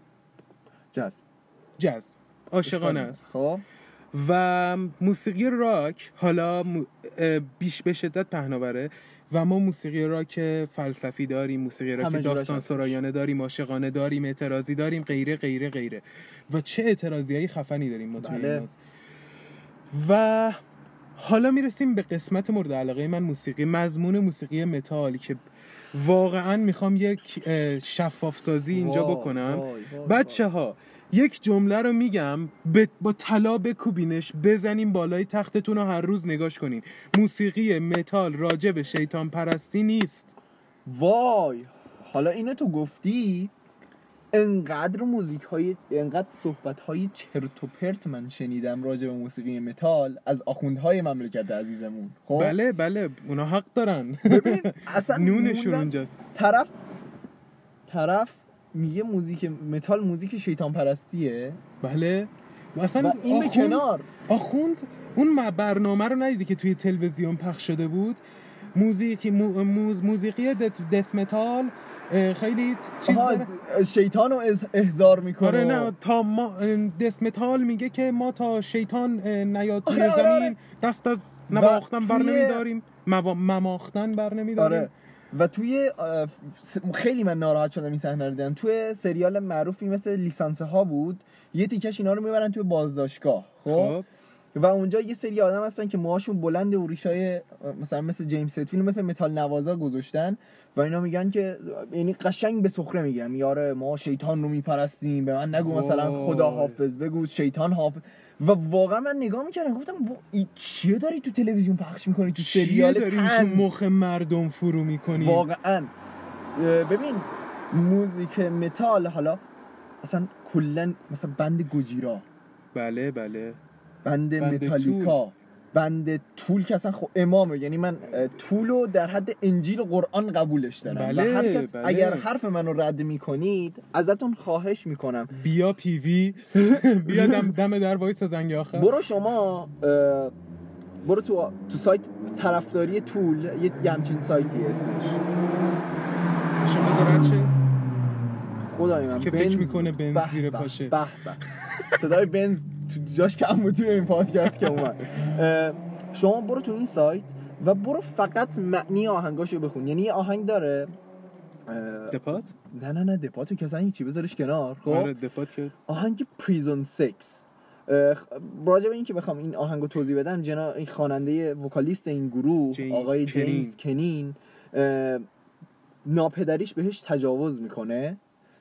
جاز جاز عاشقانه است. خب و موسیقی راک حالا بیش به شدت پهناوره و ما موسیقی راک فلسفی داریم، موسیقی راک داستان سرایانه داریم، عاشقانه داریم، اعتراضی داریم، غیره غیره غیره. و چه اعتراضیایی خفنی داریم ما توی این. و حالا میرسیم به قسمت مورد علاقه من، موسیقی، مضمون موسیقی متال، که واقعا میخوام یک شفاف سازی اینجا بکنم. بچه‌ها یک جمله رو میگم با طلا بکوبینش، بزنیم بالای تختتون و هر روز نگاش کنین. موسیقی متال راجع به شیطان پرستی نیست. وای حالا اینو تو گفتی، انقدر موزیک های انقدر صحبت های چرت و پرت من شنیدم راجع به موسیقی متال از آخوندهای مملکت عزیزمون. خب بله بله اونا حق دارن. ببین اصلا نونشون اونجاست. طرف طرف میگه موزیک متال موزیک شیطان پرستیه. بله و اصلا و این به کنار آخوند اون برنامه رو ندیدی که توی تلویزیون پخش شده بود؟ موزیک مو، موز موسیقی دت, دت متال خیلی چیز داره، شیطان رو احضار میکنه. آره نه تا ما دت متال میگه که ما تا شیطان نیاد توی زمین آره. دست از نواختن بر نمیداریم، مماختن بر نمیداریم. آره. و توی خیلی من ناراحت شدم این صحنه رو دیدم. توی سریال معروفی مثل لیسانس ها بود، یه تیکش اینا رو میبرن توی بازداشتگاه. خب, خب. و اونجا یه سری آدم هستن که موهاشون بلند و ریشای مثلا مثل جیمز hetfield مثل متال نوازا گذاشتن و اینا میگن که یعنی قشنگ به سخره میگیرن، یاره ما شیطان رو میپرستیم، به من نگو مثلا خدا حافظ، بگو شیطان حافظ. و واقعا من نگاه میکردم گفتم این چیه داری تو تلویزیون پخش میکنی، تو سریال داری تو مخ مردم فرو میکنی؟ واقعا ببین موزیک متال حالا اصلا کلا مثلا بند گوجیرا، بله بله، بند, بند متالیکا طول. بند طول که اصلا خب امامه. یعنی من طولو در حد انجیل و قرآن قبولش دارم. بله، و هر کس بله. اگر حرف منو رد میکنید ازتون خواهش میکنم بیا پیوی بیا دم دم در وایس زنگ آخر، برو شما برو تو تو سایت طرفداری طول، یه همچین سایتی اسمش شما زرد چه؟ خدای من که فکر میکنه بنز زیر پاشه. به به صدای بنز تو جاش کم بود توی این پادکست که اومد. شما برو تو این سایت و برو فقط معنی آهنگاشو بخون. یعنی یه آهنگ داره دپات؟ نه نه نه دپاتو که اصلا هیچی، بذارش کنار. خب آره دپات که آهنگ پریزون سکس. راجع به این که بخوام این آهنگو توضیح بدم، جنا این خواننده وکالیست این گروه جیمز آقای جیمز کنین, کنین ناپدریش بهش تجاوز میکنه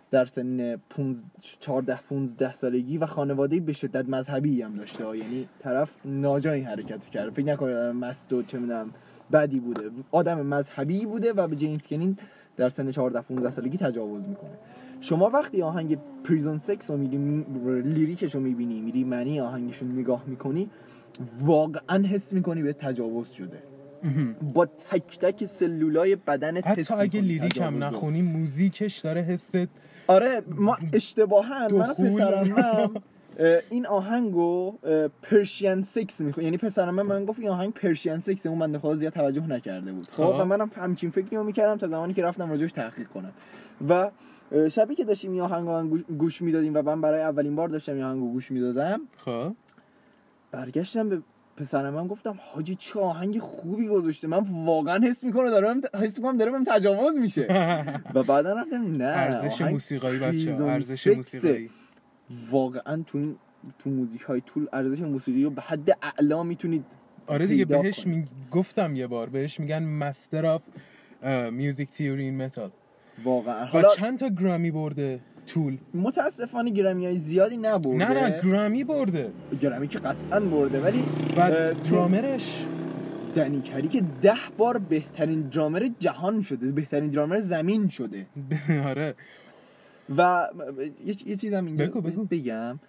در سن چهارده پانزده سالگی و خانواده به شدت مذهبی هم داشته، یعنی طرف ناجای حرکت کرده، فکر نکنید آدم مست و چه میدونم بدی بوده، آدم مذهبی بوده و به جیمز کنین در سن چهارده پانزده سالگی تجاوز میکنه. شما وقتی آهنگ پریزون سکس رو میری لیریکش رو میبینی، میری معنی آهنگش رو نگاه میکنی، واقعا حس میکنی به تجاوز شده با تک تک سلولای بدنت. حتی اگه لیریک هم نخونی موزیکش داره حست. آره ما اشتباها من پسرم این آهنگو پرشین سکس میخوام، یعنی پسرم من من گفت این آهنگ پرشین سکس، اون بنده خدا زیاد توجه نکرده بود. خب و منم همچین فکری رو میکردم تا زمانی که رفتم راجعش تحقیق کنم. و شبی که داشتیم این آهنگو گوش میدادیم و من برای اولین بار داشتم این آهنگو گوش میدادم، خب برگشتم به پسرم من گفتم حاجی چه آهنگ خوبی گذاشته، من واقعا حس میکنم دارم حس میکنم داره بهم تجاوز میشه. و بعدا رفتم نه ارزش موسیقایی بچه‌ها، ارزش موسیقایی واقعا تو این تو موزیک های طول ارزش موسیقی رو به حد اعلا میتونید. آره دیگه بهش می... گفتم یه بار بهش میگن مستر آف میوزیک تیوری این متال واقعا. حالا چند تا گرامی برده طول؟ متاسفانه گرامی های زیادی نبرده. نه نه گرامی برده، گرامی که قطعا برده، ولی و درامرش دنی کری که ده بار بهترین درامر جهان شده، بهترین درامر زمین شده. آره. و یه, یه چیزم اینجا بگو بگو. بگم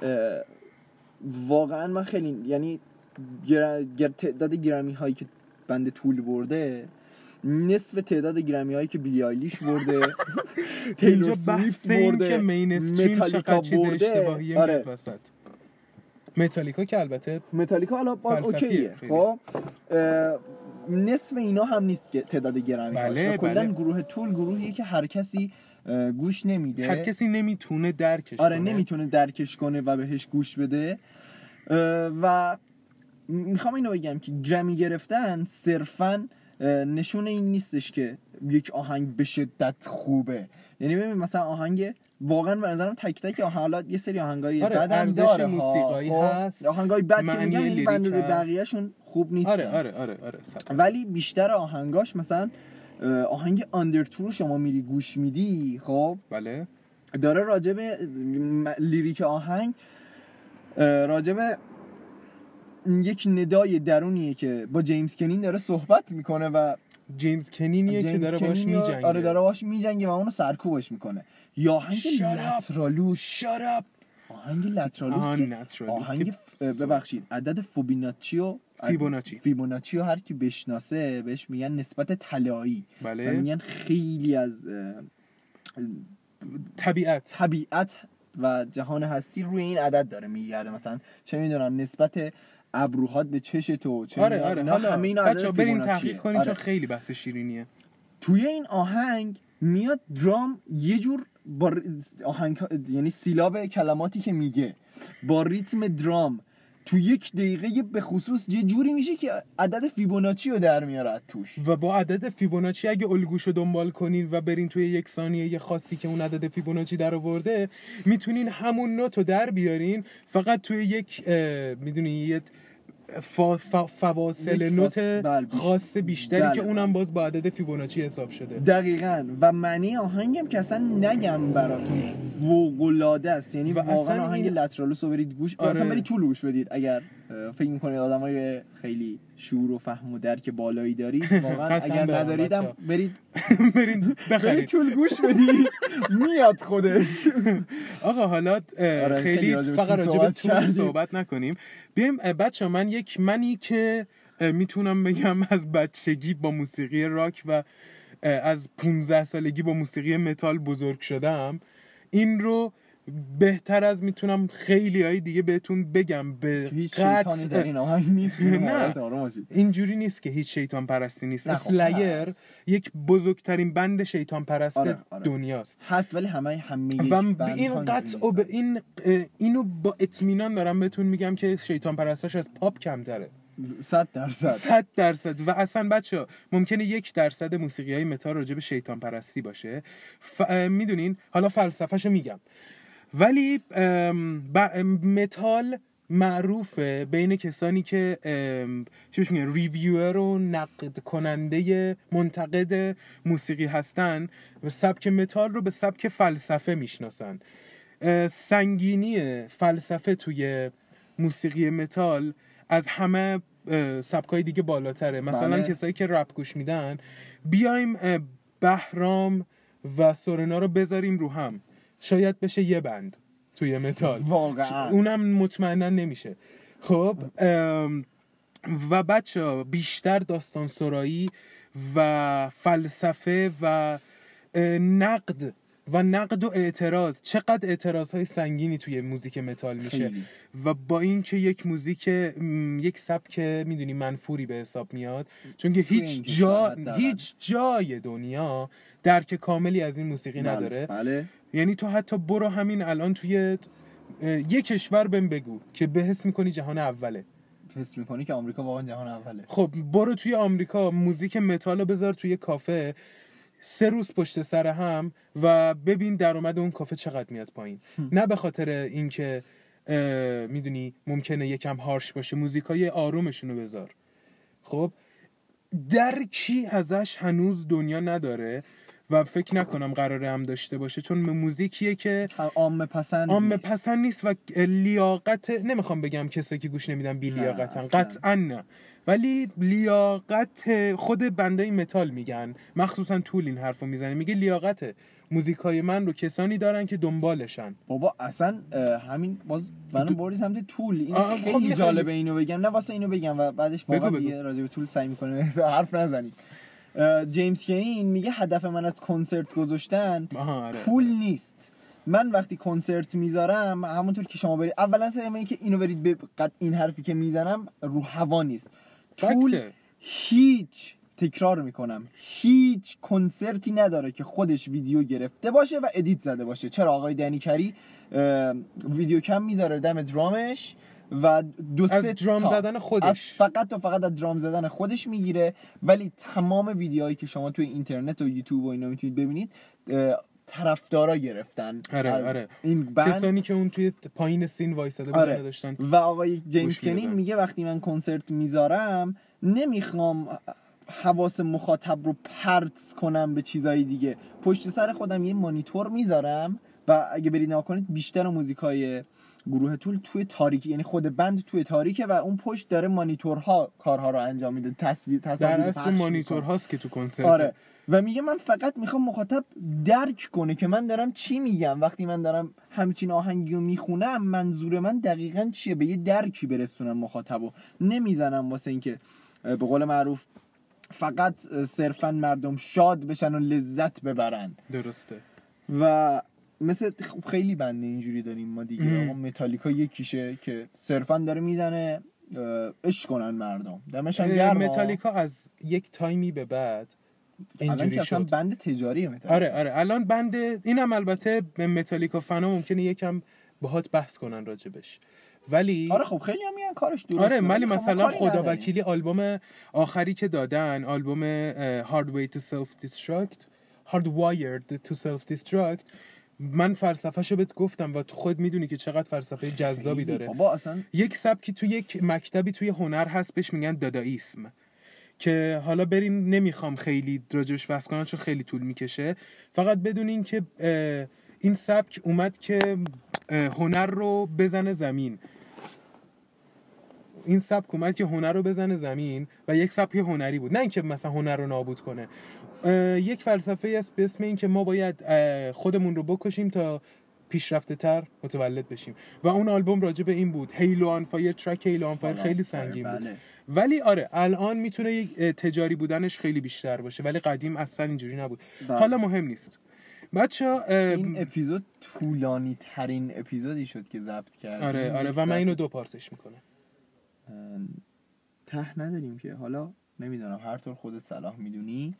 واقعا من خیلی یعنی گر... گر... تعداد گرامی هایی که بنده طول برده نصف تعداد گرامی هایی که بیلی آیلیش برده، تیلور سویفت برده، که مینستریم چقدر چیز اشتباهیه. آره. میاد وسط. متالیکا که البته متالیکا حالا باز اوکیه، خب نصف اینا هم نیست که تعداد گرامی هاش. بله، کلا بله. گروه طول گروهیه که هر کسی گوش نمیده، هر کسی نمیتونه درکش آره کنه. نمیتونه درکش کنه و بهش گوش بده. و میخوام اینو بگم که گرمی گرفتن صرفاً نشون این نیستش که یک آهنگ به شدت خوبه. یعنی ببین مثلا آهنگ واقعا به نظرم تک تک حالا یه سری آهنگای آره، بدم داره، موسیقایی هست، آهنگای بد که میگم یعنی به اندازه بقیه‌شون خوب نیست. آره آره آره آره صحیح. ولی بیشتر آهنگاش مثلا آهنگ آندرتو رو شما میری گوش میدی، خب بله داره راجب لیریک آهنگ راجب یک ندای درونیه که با جیمز کنین داره صحبت میکنه و جیمز کنینیه جیمز که داره باش میجنگه. آره داره باش میجنگه و اونو سرکوبش میکنه. یا آهنگ لترالوس، شارپ آهنگ لترالوس که آهنگ ف... ببخشید عدد فوبیناچیو فیبوناچی فیبوناچیو هر کی بشناسه بهش میگن نسبت طلایی. بله. و میگن خیلی از طبیعت طبیعت و جهان هستی روی این عدد داره میگرده. مثلا چه میدونم نسبت ابروهات به چش تو چه آره آره حالا همه اینا عدد فیبوناچیه. بریم تحقیق کنیم آره. چون خیلی بحث شیرینیه. توی این آهنگ میاد درام یه جور با آهنگ یعنی سیلاب کلماتی که میگه با ریتم درام تو یک دقیقه به خصوص یه جوری میشه که عدد فیبوناچی رو در میاره توش. و با عدد فیبوناچی اگه الگوشو دنبال کنین و برین توی یک ثانیه یه خاصی که اون عدد فیبوناچی در آورده میتونین همون نوتو در بیارین، فقط توی یک میدونین یه فا فا فواصل نوت خاص بیشتری بل. که اونم باز با عدد فیبوناچی حساب شده. دقیقاً. و معنی آهنگم که اصلا نگم براتون فوق‌العاده است. یعنی واقعا آهنگ این... لترالوس رو برید گوش آره. اصلا برید طول گوش بدید اگر فکر می‌کنید آدمای خیلی شعور و فهم و درک بالایی دارید، واقعا اگر نداریدم برید برید بخرید طول گوش بدید میاد خودش. آقا حالا آره خیلی فقط راجع به طول صحبت نکنیم. بیایم بچه‌ها من یک منی که میتونم بگم از بچگی با موسیقی راک و از پانزده سالگی با موسیقی متال بزرگ شدم، این رو بهتر از میتونم خیلی های دیگه بهتون بگم به هیچ شیطانی در این آهنگ نیست. نه اینجوری نیست که هیچ شیطان پرستی نیست. اسلایر یک بزرگترین بند شیطان پرست آره، آره. دنیاست هست، ولی همه همه یک و به این قطع و به این اینو با اطمینان دارم بهتون میگم که شیطان پرستش از پاپ کمتره. صد درصد صد درصد. و اصلا بچه ممکنه یک درصد موسیقی های متال راجع به شیطان پرستی باشه، ف... میدونین حالا فلسفه‌شو میگم، ولی متال معروفه بین کسانی که چی بهش میگن ریویور و نقد کننده منتقد موسیقی هستن و سبک متال رو به سبک فلسفه میشناسن. سنگینی فلسفه توی موسیقی متال از همه سبکای دیگه بالاتره. مثلا بله. کسایی که رپ گوش میدن، بیایم بهرام و سورنا رو بذاریم رو هم، شاید بشه یه بند توی متال، واقعا اونم مطمئنا نمیشه. خب و بچه بیشتر داستان سرایی و فلسفه و نقد و نقد و اعتراض، چقدر اعتراضهای سنگینی توی موزیک متال میشه خیلی. و با این که یک موزیک یک سبک میدونی منفوری به حساب میاد، چون که هیچ جا هیچ جای دنیا درک کاملی از این موسیقی بله. نداره بله. یعنی تو حتی برو همین الان توی یک کشور بهم بگو که به حس میکنی جهان اوله، حس میکنی که آمریکا واقعا جهان اوله. خب برو توی آمریکا موزیک متالو بذار توی کافه سه روز پشت سر هم و ببین درآمد اون کافه چقدر میاد پایین. نه به خاطر اینکه میدونی ممکنه یکم هارش باشه، موزیکای آرومشونو بذار. خب درکی ازش هنوز دنیا نداره و فکر نکنم قراره هم داشته باشه، چون موزیکیه که عامه پسند عامه پسند نیست و لیاقت، نمیخوام بگم کسایی که گوش نمیدن بی لیاقتن، قطعا نه، ولی لیاقت خود بندای متال میگن، مخصوصا طول این حرفو میزنه، میگه لیاقت موزیکای من رو کسانی دارن که دنبالشن. بابا اصلا همین باز منم بردی سمت طول، این خیلی خب جالبه اینو بگم، نه واسه اینو بگم و بعدش واقعا دیگه راجع به طول سعی میکنه حرف نزنیم. جیمز کنین میگه هدف من از کنسرت گذاشتن پول نیست. من وقتی کنسرت میذارم همونطور که شما برید، اولا سر اینه که اینو برید به قد این حرفی که میزنم رو هوا نیست. طول هیچ، تکرار میکنم، هیچ کنسرتی نداره که خودش ویدیو گرفته باشه و ادیت زده باشه. چرا آقای دنی کری ویدیو کم میذاره دم درامش و دو سه از درام زدن خودش، از فقط و فقط از درام زدن خودش میگیره، ولی تمام ویدیوهایی که شما توی اینترنت و یوتیوب و اینا میتونید ببینید طرفدارا گرفتن. آره آره این بند، کسانی که اون توی پایین سین وایساده بودن آره. داشتن. و آقای جیمز کنین میگه وقتی من کنسرت میذارم نمیخوام حواس مخاطب رو پرت کنم به چیزای دیگه، پشت سر خودم یه مانیتور میذارم و اگه برید نگاه کنید بیشتر موزیکای گروه طول توی تاریکی، یعنی خود بند توی تاریکه و اون پشت داره مانیتورها کارها رو انجام میده، تصویر تصاویر در اصل مانیتورهاست که تو کنسرت. آره. و میگه من فقط میخوام مخاطب درک کنه که من دارم چی میگم، وقتی من دارم همچین آهنگی رو میخونم منظور من دقیقاً چیه، به یه درکی برسونم مخاطبو، نمیزنم واسه اینکه به قول معروف فقط صرفاً مردم شاد بشن و لذت ببرن. درسته. و مثل خیلی بنده اینجوری داریم ما دیگه. آقا متالیکا یکیشه که صرفاً داره میزنه عشق کنن مردم، دمش هم گرم. متالیکا از یک تایمی به بعد اینجوری شد. الان بند تجاریه متالیکا. آره آره الان بند، اینم البته به متالیکا فنا ممکنه یکم باهات بحث کنن راجبش، ولی آره خب خیلی هم میگن کارش درسته. آره ولی مثلا خدا وکیلی آلبوم آخری که دادن، آلبوم Hard Way to Self Destruct Hardwired to Self Destruct، من فلسفه‌شو بهت گفتم و تو خود میدونی که چقدر فلسفه جذابی داره. بابا اصلا یک سبکی توی یک مکتبی توی هنر هست بهش میگن دادائیسم، که حالا بریم نمیخوام خیلی راجبش بحث کنم چون خیلی طول میکشه، فقط بدونین که این سبک اومد که هنر رو بزنه زمین. این سبک اومد که هنر رو بزنه زمین و یک سبک هنری بود، نه اینکه مثلا هنر رو نابود کنه. یک فلسفه است به اسم این که ما باید خودمون رو بکشیم تا پیشرفته تر متولد بشیم و اون آلبوم راجع به این بود. هیلو آن فایر، ترک هیلو آن فایر خیلی سنگین بود. بله. ولی آره الان میتونه یک تجاری بودنش خیلی بیشتر باشه، ولی قدیم اصلا اینجوری نبود. بله. حالا مهم نیست بچا. این اپیزود طولانی ترین اپیزودی شد که ضبط کردیم. آره آره و من اینو دو پارتش میکنم. ته نداریم که حالا نمیدونم، هر طور خودت صلاح میدونی،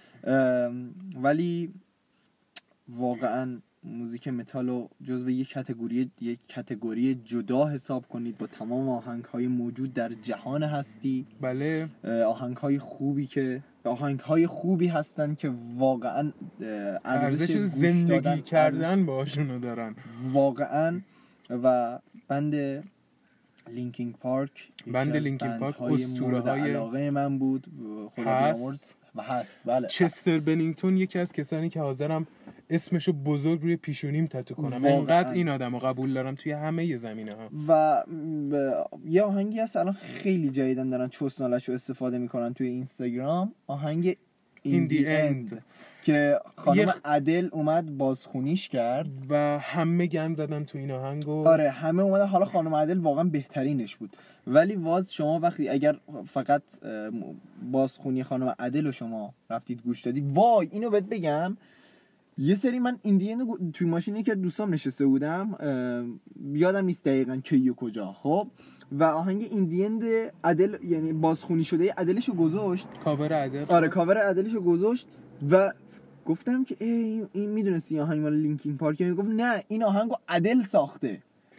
ولی واقعا موزیک متالو جزو یک کاتگوری یک کاتگوری جدا حساب کنید با تمام آهنگ‌های موجود در جهان هستی. بله. آهنگ‌های خوبی که آهنگ‌های خوبی هستن که واقعا ارزش زندگی کردن باشونو دارن واقعا. و بند لینکین پارک بند لینکین پارک اسطوره های علاقه من بود، خدا بیامرز و هست. بله. چستر بنینگتون یکی از کسانی که حاضرم اسمشو بزرگ روی پیشونیم تتو کنم، انقدر این آدمو قبول دارم توی همه زمینه ها. و یه آهنگی هست الان خیلی جدیدن دارن چوسنالشو استفاده میکنن توی اینستاگرام، آهنگ In the End که خانم یه... ادل اومد بازخونیش کرد و همه گند زدن تو این آهنگو. آره همه اومدن. حالا خانم ادل واقعا بهترینش بود، ولی واز شما وقتی اگر فقط بازخونی خانم ادل رو شما رفتید گوش دادی، وای اینو بهت بگم، یه سری من ایندین توی ماشینی که دوستام نشسته بودم، یادم نیست دقیقاً کی و کجا، خب و آهنگ ایندیند ادل یعنی بازخونی شده ادلشو گذاشت، کاور ادل، آره کاور ادلشو گذاشت و گفتم که ای این میدونستی آهنگ مال لینکین پارکه؟ میگفت نه این آهنگو ادل ساخته.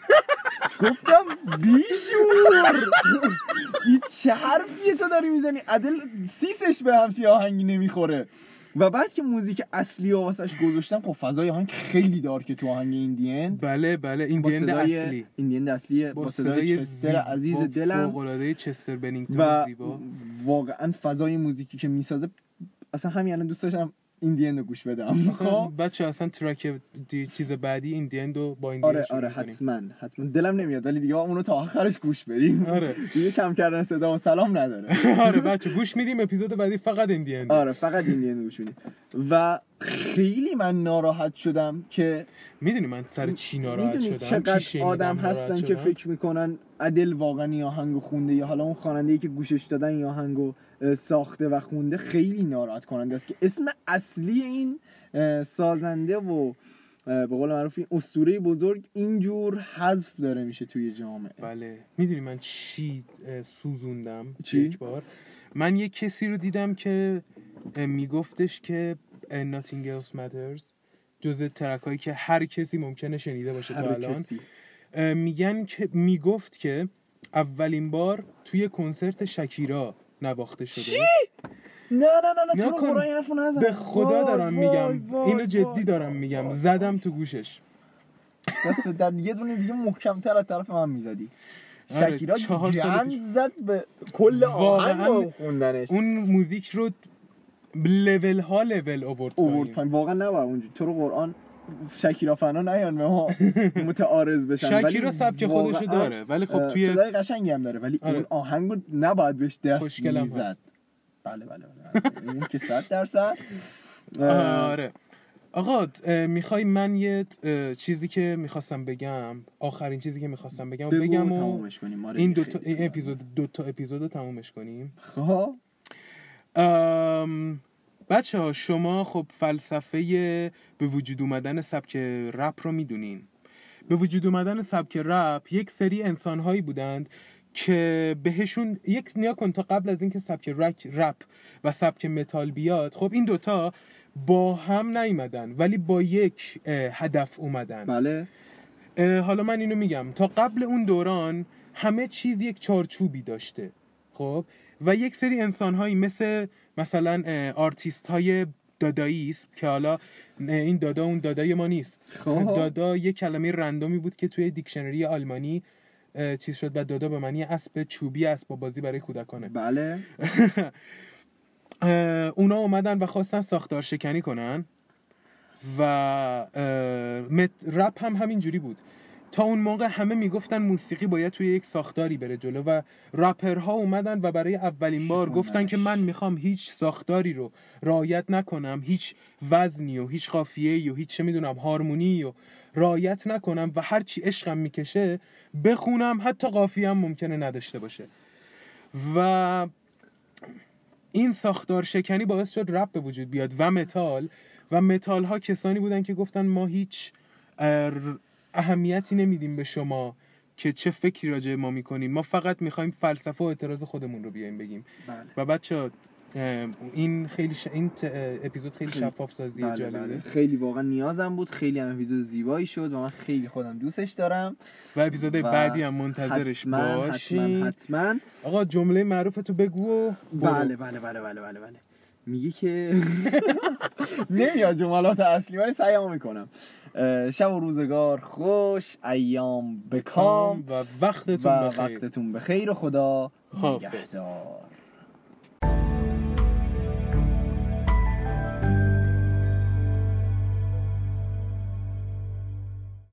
گفتم بیشور این چه حرفیه تو داری میزنی؟ ادل سیسش به همچین آهنگی نمیخوره. و بعد که موزیک اصلی و واسش گذاشتم، خب فضای آهنگ خیلی دارکه تو آهنگ ایندین. بله بله ایندین اصلی ایندین اصلی با صدای چستر عزیز دلم، فوق‌العاده چستر بنینگتون زیبا. واقعا فضای موزیکی که میسازه اصلا همین الان دوست داشتم ایندین رو گوش بدم. مثلا بچه اصلا ترک چیز بعدی ایندین رو با ایندین آره آره حتما حتما دلم نمیاد ولی دیگه اونو تا آخرش گوش بدیم. آره دیگه کم کردن صدا و سلام نداره. آره بچه گوش میدیم اپیزود بعدی فقط ایندین. آره فقط ایندین گوش میدیم. و خیلی من ناراحت شدم که میدونی من سر چی ناراحت شدم؟ چقدر آدم هستن که فکر میکنن ادل واقعا این آهنگو خونده یا حالا اون خواننده‌ای که گوشش دادن این آهنگو ساخته و خونده. خیلی ناراحت کننده است که اسم اصلی این سازنده و به قول معروف این اسطوره بزرگ اینجور حذف داره میشه توی جامعه. بله میدونی من چی سوزوندم؟ چی؟ یک بار من یک کسی رو دیدم که میگفتش که Nothing Else Matters جزء ترکایی که هر کسی ممکنه شنیده باشه تا الان. میگن که میگفت که اولین بار توی کنسرت شکیرا نواخته شده. چی؟ نه نه نه نه تو رو قرآن حرفو نزن. به خدا دارم وای میگم وای اینو جدی وای دارم میگم وای زدم تو گوشش. دست در یه دونه دیگه محکم‌تر از طرف من میزدی. شکیرا گند زد به کل آهنگ خوندنش. اون موزیک رو لول ها لول آورد پایین. واقعا نباید اونجوری تو رو قرآن شکیرا فنا نیان به ما متعارض بشن. شکیرا سبک خودشو داره ولی خب توی صدای قشنگی هم داره ولی آره. اون آهنگو نباید بهش دست میزد. بله بله بله این که صد درصد. آره آقا میخوای من یه چیزی که میخواستم بگم، آخرین چیزی که میخواستم بگم بگم و تمومش کنیم. این دو تا این اپیزود دو تا اپیزودو تمومش کنیم. خب بچه ها شما خب فلسفه به وجود اومدن سبک رپ رو میدونین. به وجود اومدن سبک رپ یک سری انسان‌هایی بودند که بهشون یک نیا کن تا قبل از اینکه سبک رک رپ و سبک متال بیاد، خب این دوتا با هم نیومدن ولی با یک هدف اومدن. بله. حالا من اینو میگم تا قبل اون دوران همه چیز یک چارچوبی داشته، خب و یک سری انسان‌هایی مثل مثلا آرتیست های داداییسم که حالا این دادا اون دادای ما نیست. خواه. دادا یه کلمه رندومی بود که توی دیکشنری آلمانی چیز شد و دادا به معنی اسب چوبی، اسباب بازی برای کودکانه. بله. اونا اومدن و خواستن ساختار شکنی کنن و رپ هم همین جوری بود. تا اون موقع همه میگفتن موسیقی باید توی یک ساختاری بره جلو و رپرها اومدن و برای اولین بار گفتن که من میخوام هیچ ساختاری رو رعایت نکنم، هیچ وزنی و هیچ قافیه‌ای و هیچ چه میدونم هارمونی و رعایت نکنم و هر چی عشقم میکشه بخونم، حتی قافیه هم ممکنه نداشته باشه. و این ساختار شکنی باعث شد رپ به وجود بیاد و متال. و متال ها کسانی بودن که گفتن ما هیچ اهمیتی نمیدیم به شما که چه فکری راجع ما میکنین، ما فقط میخوایم فلسفه و اعتراض خودمون رو بیایم بگیم. بله. و بچه این خیلی ش... این ت... اپیزود خیلی شفاف سازی بله جالبه. بله. خیلی واقعا نیازم بود، خیلی هم اپیزود زیبایی شد و من خیلی خودم دوستش دارم و اپیزود بعدی هم منتظرش باشین. حتما حتما. آقا جمله معروفتو بگو و بله بله بله بله بله بله میگه که نمیاد جملات اصلی ولی سعیمو میکنم. شب و روزگار خوش، ایام بکام و وقتتون و بخیر. وقتتون بخیر و خدا حافظ. نگهدار.